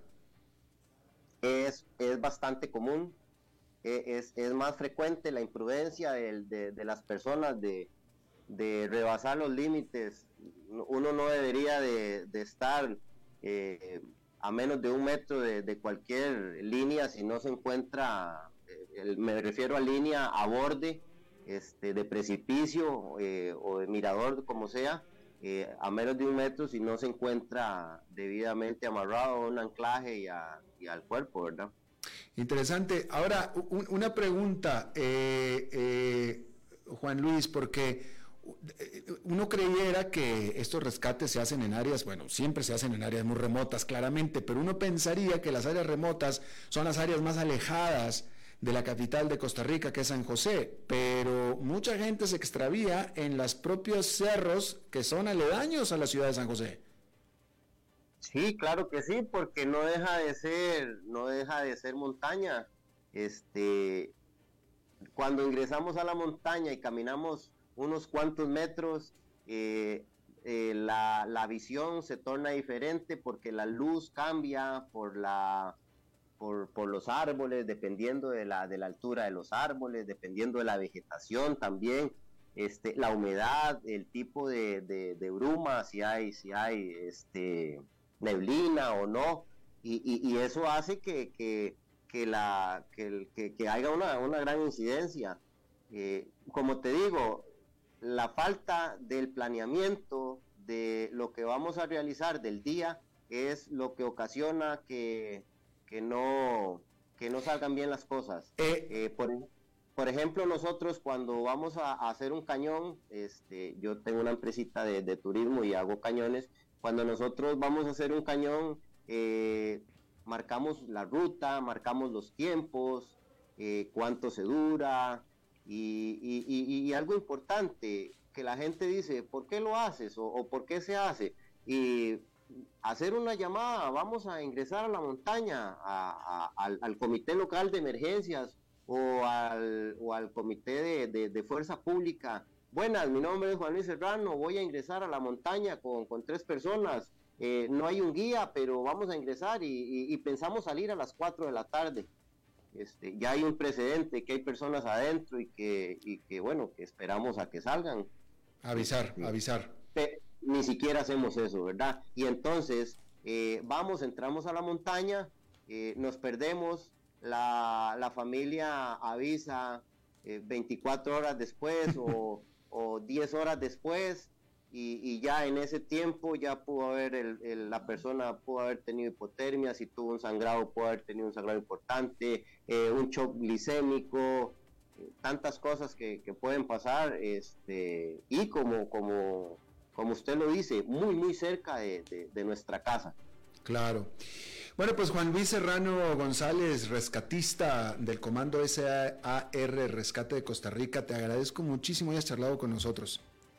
Es, es bastante común. Es, es más frecuente la imprudencia de, de, de las personas de, de rebasar los límites. Uno no debería de, de estar eh, a menos de un metro de, de cualquier línea si no se encuentra, eh, me refiero a línea a borde este, de precipicio eh, o de mirador, como sea, eh, a menos de un metro si no se encuentra debidamente amarrado a un anclaje y, a, y al cuerpo, ¿verdad? Interesante. Ahora, un, una pregunta, eh, eh, Juan Luis, porque uno creyera que estos rescates se hacen en áreas, bueno, siempre se hacen en áreas muy remotas, claramente, pero uno pensaría que las áreas remotas son las áreas más alejadas de la capital de Costa Rica, que es San José, pero mucha gente se extravía en los propios cerros que son aledaños a la ciudad de San José. Sí, claro que sí, porque no deja de ser, no deja de ser montaña. Este, cuando ingresamos a la montaña y caminamos unos cuantos metros, eh, eh, la, la visión se torna diferente porque la luz cambia por la, por, por los árboles, dependiendo de la, de la altura de los árboles, dependiendo de la vegetación también. Este, la humedad, el tipo de, de, de bruma, si hay, si hay, este. neblina o no, y, y, y eso hace que, que, que, la, que, que, que haya una, una gran incidencia. Eh, como te digo, la falta del planeamiento de lo que vamos a realizar del día es lo que ocasiona que, que, no, que no salgan bien las cosas. Eh, eh, por, por ejemplo, nosotros cuando vamos a, a hacer un cañón, este, yo tengo una empresita de, de turismo y hago cañones. Cuando nosotros vamos a hacer un cañón, eh, marcamos la ruta, marcamos los tiempos, eh, cuánto se dura, y, y, y, y algo importante, que la gente dice, ¿por qué lo haces? O, o ¿por qué se hace? Y hacer una llamada, vamos a ingresar a la montaña, a, a, al, al comité local de emergencias, o al, o al comité de, de, de fuerza pública. Buenas, mi nombre es Juan Luis Serrano, voy a ingresar a la montaña con, con tres personas, eh, no hay un guía, pero vamos a ingresar y, y, y pensamos salir a las cuatro de la tarde. Este, ya hay un precedente, que hay personas adentro y que, y que bueno, que esperamos a que salgan. Avisar, sí. avisar. Pero ni siquiera hacemos eso, ¿verdad? Y entonces, eh, vamos, entramos a la montaña, eh, nos perdemos, la, la familia avisa eh, veinticuatro horas después o... o diez horas después, y, y ya en ese tiempo ya pudo haber, el, el, la persona pudo haber tenido hipotermia, si tuvo un sangrado pudo haber tenido un sangrado importante, eh, un shock glicémico, eh, tantas cosas que, que pueden pasar, este, y como, como, como usted lo dice, muy muy cerca de, de, de nuestra casa. Claro. Bueno, pues Juan Luis Serrano González, rescatista del Comando S A R Rescate de Costa Rica, te agradezco muchísimo que hayas charlado con nosotros.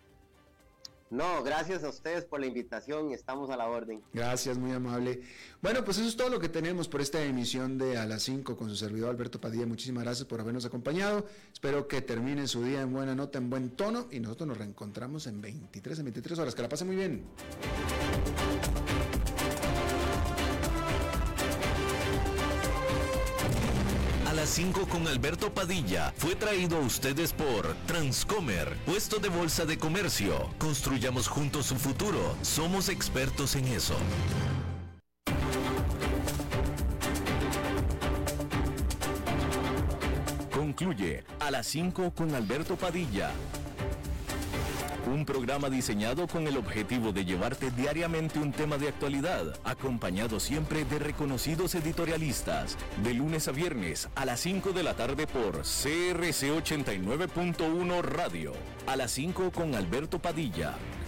No, gracias a ustedes por la invitación y estamos a la orden. Gracias, muy amable. Bueno, pues eso es todo lo que tenemos por esta emisión de A las cinco con su servidor Alberto Padilla. Muchísimas gracias por habernos acompañado. Espero que terminen su día en buena nota, en buen tono, y nosotros nos reencontramos en veintitrés, en veintitrés horas. Que la pasen muy bien. A las cinco con Alberto Padilla fue traído a ustedes por Transcomer, puesto de bolsa de comercio. Construyamos juntos su futuro. Somos expertos en eso. concluye A las cinco con Alberto Padilla. Un programa diseñado con el objetivo de llevarte diariamente un tema de actualidad, acompañado siempre de reconocidos editorialistas, de lunes a viernes a las cinco de la tarde por C R C ochenta y nueve punto uno Radio. A las cinco con Alberto Padilla,